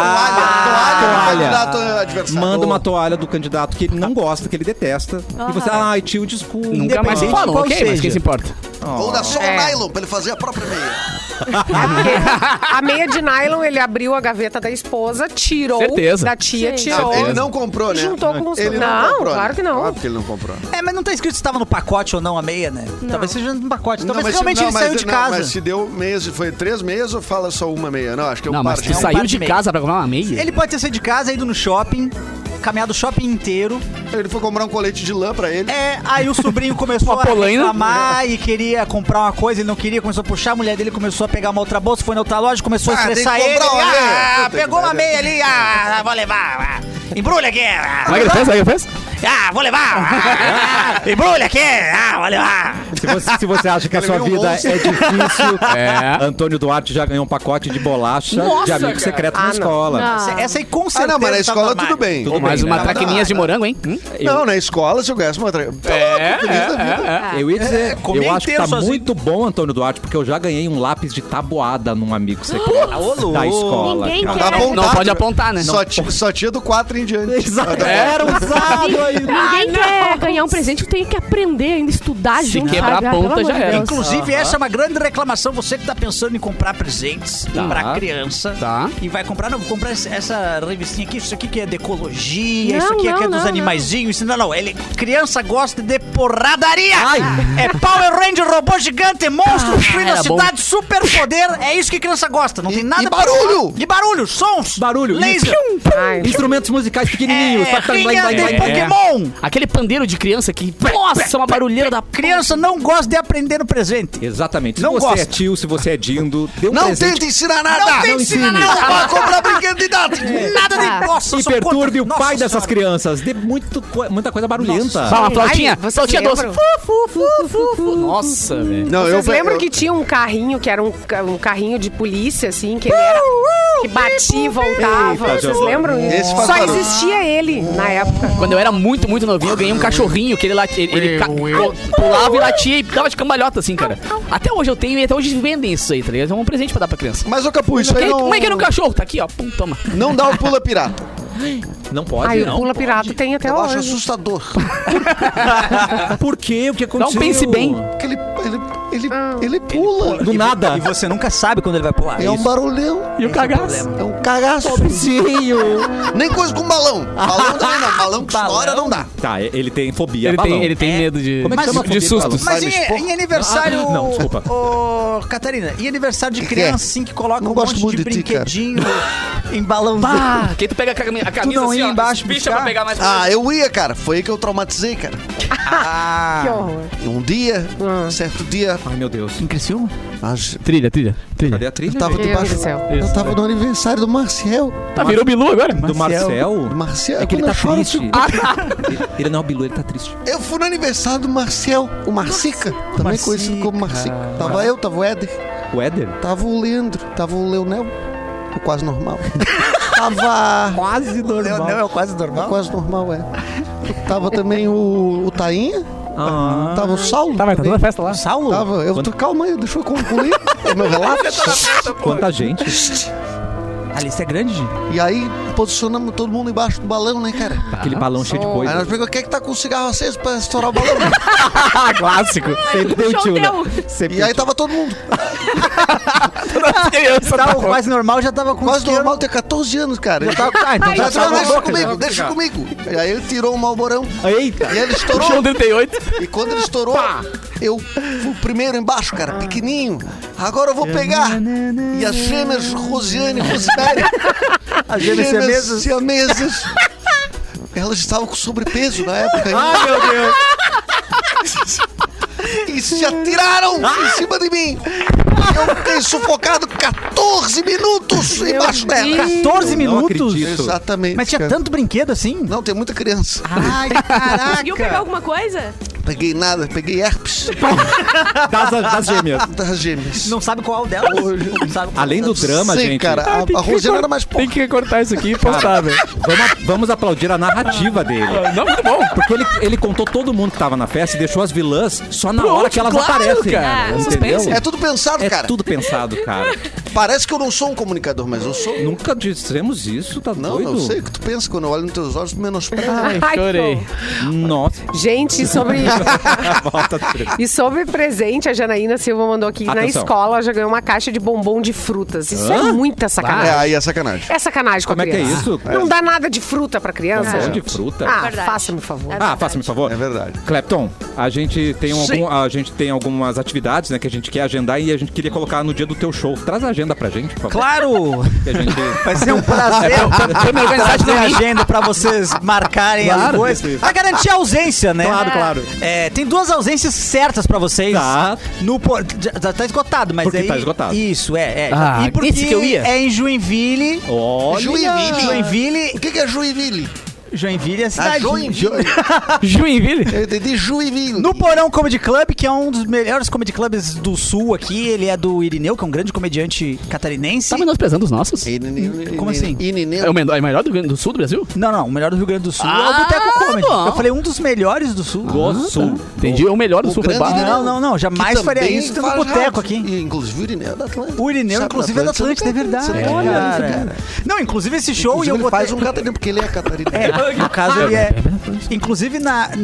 Toalha. Toalha. Candidato adversário. Manda uma toalha do candidato que ele não gosta, que ele detesta. E você, ai, tio, desculpa. Nunca mais se Independente falam, qual ok? Mas seja. quem se importa? Ou dá só o nylon pra ele fazer a própria meia. A meia de nylon, ele abriu a gaveta da esposa, tirou Certeza. da tia, Sim. tirou. Ele não comprou, né? Juntou com os... Ele Não, comprou, claro né? que não. Claro que ele não comprou. Mas não tá escrito se estava no pacote ou não a meia, né? Talvez seja no pacote. Talvez realmente ele saiu de casa. Mas se deu meia, foi 3 meias ou fala só uma meia? Não, acho que é um Não, par mas de tu um meia. par saiu de de meia. casa pra comprar uma meia? Ele pode ter saído de casa, ido no shopping, caminhado o shopping inteiro. Ele foi comprar um colete de lã pra ele. Aí o sobrinho começou Uma a polaina. reclamar e queria comprar uma coisa, ele não queria, começou a puxar, a mulher dele começou a pegar uma outra bolsa, foi na outra loja, começou a tem estressar que ele. comprar uma meia. Puta Pegou que uma pariu. meia ali, vou levar. Embrulha aqui. Como é que ele fez? Como é que ele fez? Vou levar. Embrulha aqui. Vou levar. Se você acha que a Ele sua ganhou um vida bolso. é difícil, Antônio Duarte já ganhou um pacote de bolacha Nossa, de amigo cara. secreto na não. Ah. escola. Essa aí com certeza não, mas na tá escola normal. tudo bem. Tudo Mais bem, uma né? traquininhas de morango, hein? Não, na escola, se eu ganhasse uma... Feliz da vida. Eu ia dizer, comia eu acho que inteiro tá sozinho. muito bom, Antônio Duarte, porque eu já ganhei um lápis de tabuada num amigo secreto louco. da escola. Ninguém cara. Dá quer. apontar, Não pode né? apontar, né? Só tinha do 4 em diante. Era usado aí. Ninguém quer ganhar um presente, tem que aprender ainda, estudar Se junto, quebrar sabe? a ponta, Pelo amor já de era. Deus. Inclusive, essa é uma grande reclamação. Você que tá pensando em comprar presentes pra criança Tá. e vai comprar, não, vou comprar essa revistinha aqui, isso aqui que é de ecologia, Não, isso aqui é, que é não, dos não, animaizinhos. Isso, não, criança gosta de porradaria. Ai. É Power Ranger, robô gigante, monstro, destruindo a era bom. cidade, super poder. É isso que criança gosta. Não tem nada e pra barulho. falar. E barulho, sons. Barulho, laser. Ai, Instrumentos musicais pequenininhos. Rinha de Pokémon. Aquele pandeiro de criança que, nossa, uma barulheira da Criança não gosta de aprender no presente. Exatamente. Se Não você gosta. é tio, se você é dindo, dê um Não presente tenta ensinar nada. Não tem ensina Não nada. vai comprar brinquedo didático. Nada de... Nossa, eu e sou perturbe contra. o Nossa pai dessas Senhora. crianças. Dê muita coisa barulhenta. Bah, uma flautinha, Ai, vocês flautinha doce. lembram? Nossa, velho. Não, Vocês lembram que tinha um carrinho, que era um carrinho de polícia, assim, que ele era... Que batia e voltava. Eita, Vocês Giovana. lembram? Esse faz Só barulho. existia ele na época. Quando eu era muito novinho, eu ganhei um cachorrinho que ele pulava e latia e dava de cambalhota, assim, cara. Até hoje eu tenho e até hoje vendem isso aí, tá ligado? É um presente pra dar pra criança. Mas, ô Capu, isso aí não... Como é que era um cachorro? Tá aqui, ó. Pum, toma. Não dá o pula pirata. Não pode, Ai, o não. Pula Pirata tem até Eu acho hoje. assustador. Por quê? O que Não aconteceu? pense bem. Porque ele pula. Do nada. E você nunca sabe quando ele vai pular. É um barulhão. E o cagaço? É um cagaço. Nem coisa com balão. Balão também não. Balão que estoura não dá. Tá, ele tem fobia Ele balão. tem, ele tem medo de, Como é que chama a de fobia sustos. balão? Mas Vai no em aniversário... Não, desculpa. Ô, Catarina, e aniversário de criança, assim, que coloca Não um gosto monte muito de de ti, cara. brinquedinho em balãozinho. Ah, quem tu pega a camisa não assim, ia ó, embaixo bicha buscar? pra pegar mais Ah, eu ia, cara. Foi aí que eu traumatizei, cara. Ah, Que horror. Um dia, certo dia, Ai, meu Deus. em Criciúma? Trilha. Cadê a trilha? eu tava Meu debaixo. Deus do céu. Eu tava no aniversário do Marcel. Tá, virou Bilu agora? Do Marcel? Do Marcel. É que ele Quando tá eu choro, triste. eu Ele não é o Bilu, ele tá triste. Eu fui no aniversário do Marcel, o Marcica, também Marcica. conhecido como Marcica. Tava eu, tava o Éder, O Éder? tava o Leandro, tava o Leonel, o quase normal. Tava... Quase normal. Não, é o quase normal. Quase normal, é. Tava também o Tainha. Tava o Saulo. Tá, vai estar toda a festa lá. Saulo? Tava. Calma aí, deixa eu concluir o meu relato. Quanta gente. A lista é grande, gente. E aí, posicionamos todo mundo embaixo do balão, né, cara? Aquele balão cheio de Aí coisa. nós pegamos, quem é que tá com o cigarro aceso pra estourar o balão? Clássico. Sempre tem o show tio, né? teu. Sempre E aí tava todo mundo. Tá, o quase normal já tava com Quase normal, tem 14 anos, cara. Ele tava... então já Deixa tava comigo, deixa comigo. E aí ele tirou o Malborão. Eita. E ele estourou. Puxou um 38. E quando ele estourou, eu fui o primeiro embaixo, cara, pequenininho. Agora eu vou pegar. E as gêmeas Rosiane e Rosemary, As gêmeas siamesas, elas estavam com sobrepeso na época. Ai, meu Deus. E se atiraram em cima de mim. E eu fiquei sufocado 14 minutos embaixo dela. 14 minutos? acredito. Exatamente. Mas tinha cara. tanto brinquedo assim? Não, tem muita criança. Ai, Conseguiu pegar caraca. alguma coisa? Peguei nada, peguei herpes Das gêmeas. das gêmeas. Não sabe qual delas. Não sabe qual Além do drama, Sei, gente. cara, a Rosiane era mais Tem que recortar isso aqui e postar, velho. Vamos aplaudir a narrativa dele. Não, muito bom. Porque ele contou todo mundo que tava na festa e deixou as vilãs só na hora que elas claro, aparecem. cara. Entendeu? Suspense. É tudo pensado, É cara. tudo pensado, cara. Parece que eu não sou um comunicador, mas eu sou. Nunca dissemos isso, tá Não, doido? eu sei o que tu pensa quando eu olho nos teus olhos, tu menospreza. Ai, chorei. Nossa. Gente, sobre... Volta três. E sobre presente, a Janaína Silva mandou aqui na Atenção. escola, já ganhou uma caixa de bombom de frutas. Isso é Hã? muita sacanagem. É, aí é sacanagem. É sacanagem com Como a é que é criança. isso? Não dá nada de fruta pra criança. Bombom gente. de fruta? Ah, Verdade. faça-me favor. Ah, faça-me favor. É verdade. Clepton, a gente tem algumas atividades, né, que a gente quer agendar e a gente queria colocar no dia do teu show. Traz a agenda pra gente, por favor. Claro! Que a gente... Vai ser um prazer Primeiro organizar fazer a de agenda pra vocês marcarem as Claro, coisas. isso. Pra garantir a ausência, né? Claro, claro. É, tem duas ausências certas pra vocês. Tá. Já tá esgotado, mas Porque aí... tá esgotado. Isso, é. Ah, e porque esse que eu ia. é em Joinville. Olha! Joinville... O que é Joinville? Joinville é a cidade. Joinville. Joinville. Eu entendi Joinville. No Porão Comedy Club, que é um dos melhores comedy clubs do Sul aqui. Ele é do Irineu, que é um grande comediante catarinense. Tá menosprezando os nossos? Como assim? É o melhor do Rio Grande do Sul do Brasil? Não, o melhor do Rio Grande do Sul é Ah, o Boteco Comedy. bom. Eu falei um dos melhores do Sul. Do Sul. Entendi. É o melhor do O Sul. grande Foi Irineu. Não, jamais Que faria também isso tendo faz boteco rádio. aqui. E, inclusive o Irineu é da Atlântida. O Irineu, Sabe, inclusive, é da Atlântida, é verdade. Você É, olha, cara. Não, inclusive esse show Inclusive, e eu ele botei... faz um catarinense, porque ele é catarinense. É, no caso ele é... Inclusive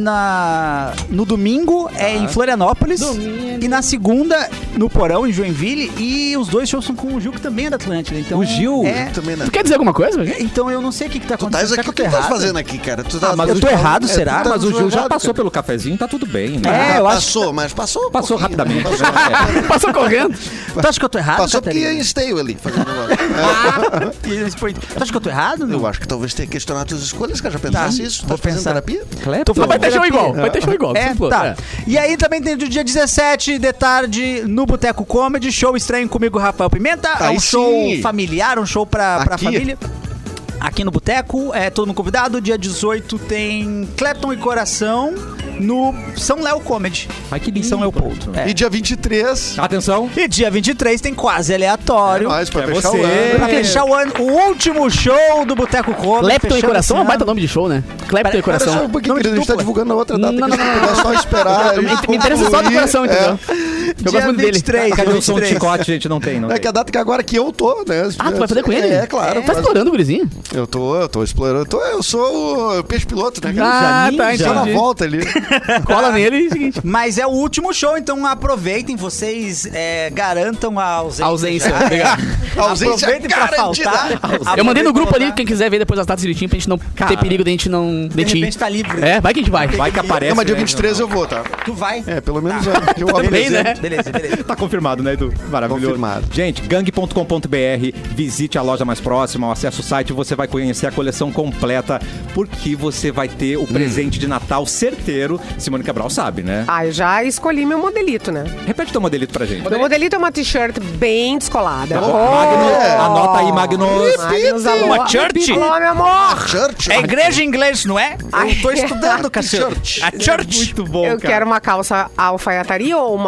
no domingo é em Florianópolis e na segunda no Porão, em Joinville, e os dois shows são com o Gil, que também é da Atlântida. Então, O Gil? É, Também não. Tu quer dizer alguma coisa? então eu não sei o que tá Tu acontecendo. estás aqui, Será o que que eu tu tô estás errado? fazendo aqui, cara? Tu mas eu tô errado, será? Mas o Gil já errado, passou cara. pelo cafezinho, tá tudo bem, né? É, eu acho... Passou, mas passou. Passou pouquinho, rapidamente. Passou, né? Passou correndo. Tu acha que eu tô errado, passou porque Catarina? ia em esteio ali, fazendo negócio. Tu acha que eu tô errado? Não? Eu acho que talvez tenha que questionar tuas escolhas, cara. Já pensasse isso? vou Tá fazendo pensar. terapia? Tô Mas vai ter show terapia. igual. Vai ter show igual. É, se for. tá. É. E aí também tem do dia 17 de tarde no Boteco Comedy, show estranho comigo, Rafael Pimenta. É um Aí show sim. familiar, um show pra Aqui. família. Aqui no Boteco, todo mundo convidado. Dia 18 tem Clepton e Coração no São Léo Comedy. Ai, que Em lindo. São Leopoldo. É. E dia 23... Atenção. E dia 23 tem Quase Aleatório. Mais pra É fechar você. o ano. Pra fechar o ano, o último show do Boteco Comedy. Clepton e fechando Coração é um esse baita ano. nome de show, né? Clepton e Pera- Olha Coração. só um pouquinho, Nome de querido. A gente tá dupla. divulgando a outra data. Não, que não, a gente puder só esperar. Me interessa só do coração, entendeu? Eu gosto muito dele. 23, Cadê o som de 23. chicote, gente? Não tem, não É tem. que a data que agora que eu tô, né? Ah, tu vai fazer com ele? É, claro. Tá explorando o gurizinho? Eu tô explorando. Eu sou o peixe piloto, né, cara? Ah, ninja. tá, Só na entendi. volta ali. Cola nele e é o seguinte. Mas é o último show, então aproveitem, vocês garantam a ausência. Ausência. Já. Obrigado. Ausência Aproveitem pra garantida. faltar. Eu mandei no grupo ali, Aproveitem quem quiser ver depois as datas direitinho, pra gente não ter perigo de a gente não... pra- De repente tá livre. É, vai que a gente vai. Vai que aparece. Não, mas dia né? 23 eu vou, tá? Tu vai. É, pelo menos eu Também, né? Beleza. Tá confirmado, né, Edu? Maravilhoso. Confirmado. Gente, gang.com.br, visite a loja mais próxima, acesse o site, você vai conhecer a coleção completa, porque você vai ter o presente de Natal certeiro. Simone Cabral sabe, né? Ah, eu já escolhi meu modelito, né? Repete teu modelito pra gente. Meu modelito é uma t-shirt bem descolada. Tá bom? Magno, anota aí, Magnus. Magnus, alô. Uma church? Alô, meu amor. Church. É igreja em inglês, não é? Ai. Eu tô estudando, cacete. Church. A church. Muito bom, Eu cara. quero uma calça alfaiataria ou uma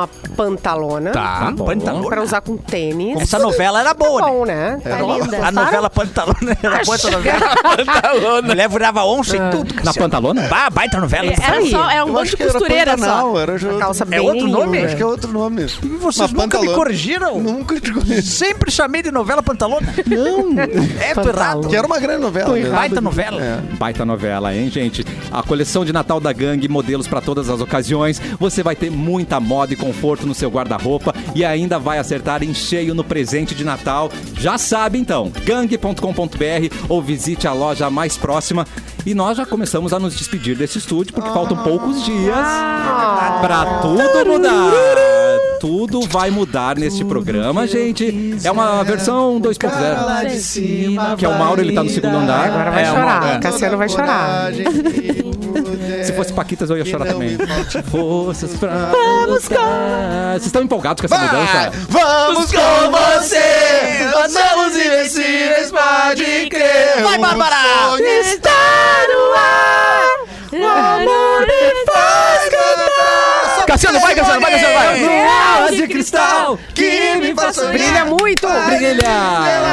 Pantalona. Tá. Pantalona. Pra usar com tênis. Essa novela era boa, Bom, né? Tá linda. A novela Pantalona era boa essa novela. A mulher virava onça e tudo. Na Pantalona? Bah, baita novela. Era um bando de costureira só. Calça bem outro nome? linda. Acho que é outro nome. Vocês Uma nunca me Pantalona. corrigiram? Nunca te conheci. Sempre chamei de novela Pantalona. Não. É, tô errado. Que era uma grande novela. mesmo. Baita novela. Baita novela, hein, gente? A coleção de Natal da Gangue, modelos para todas as ocasiões. Você vai ter muita moda e conforto no seu guarda-roupa e ainda vai acertar em cheio no presente de Natal. Já sabe, então, gangue.com.br ou visite a loja mais próxima. E nós já começamos a nos despedir desse estúdio, porque faltam poucos dias para tudo mudar. Tudo vai mudar neste programa, gente. É uma versão 2.0. Que é o Mauro, ele tá no segundo andar. Agora vai chorar. Cassiano vai chorar. Se fosse Paquitas, eu ia chorar também. Forças pra buscar. Vocês estão empolgados com essa mudança? Vamos com você! Nós somos invencíveis, pode crer! Vai, Bárbara! Está no ar! O amor me faz cantar! Cassiano, vai, Cassiano, vai. Nuas de cristal Que me faz sonhar! Brilha muito. brilha.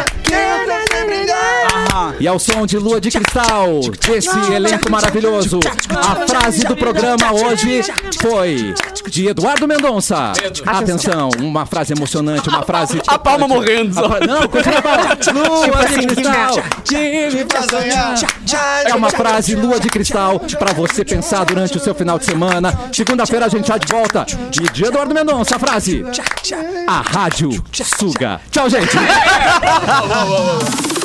E ao som de Lua de Cristal, desse elenco maravilhoso, a frase do programa hoje foi de Eduardo Mendonça. Atenção, uma frase emocionante, uma frase... A palma morrendo. Não, continua a palma. Lua de Cristal, que me faz sonhar. É uma frase Lua de Cristal pra você pensar durante o seu final de semana. Segunda-feira a gente tá de volta. E de Eduardo Mendonça, a frase: a rádio suga. Tchau, gente.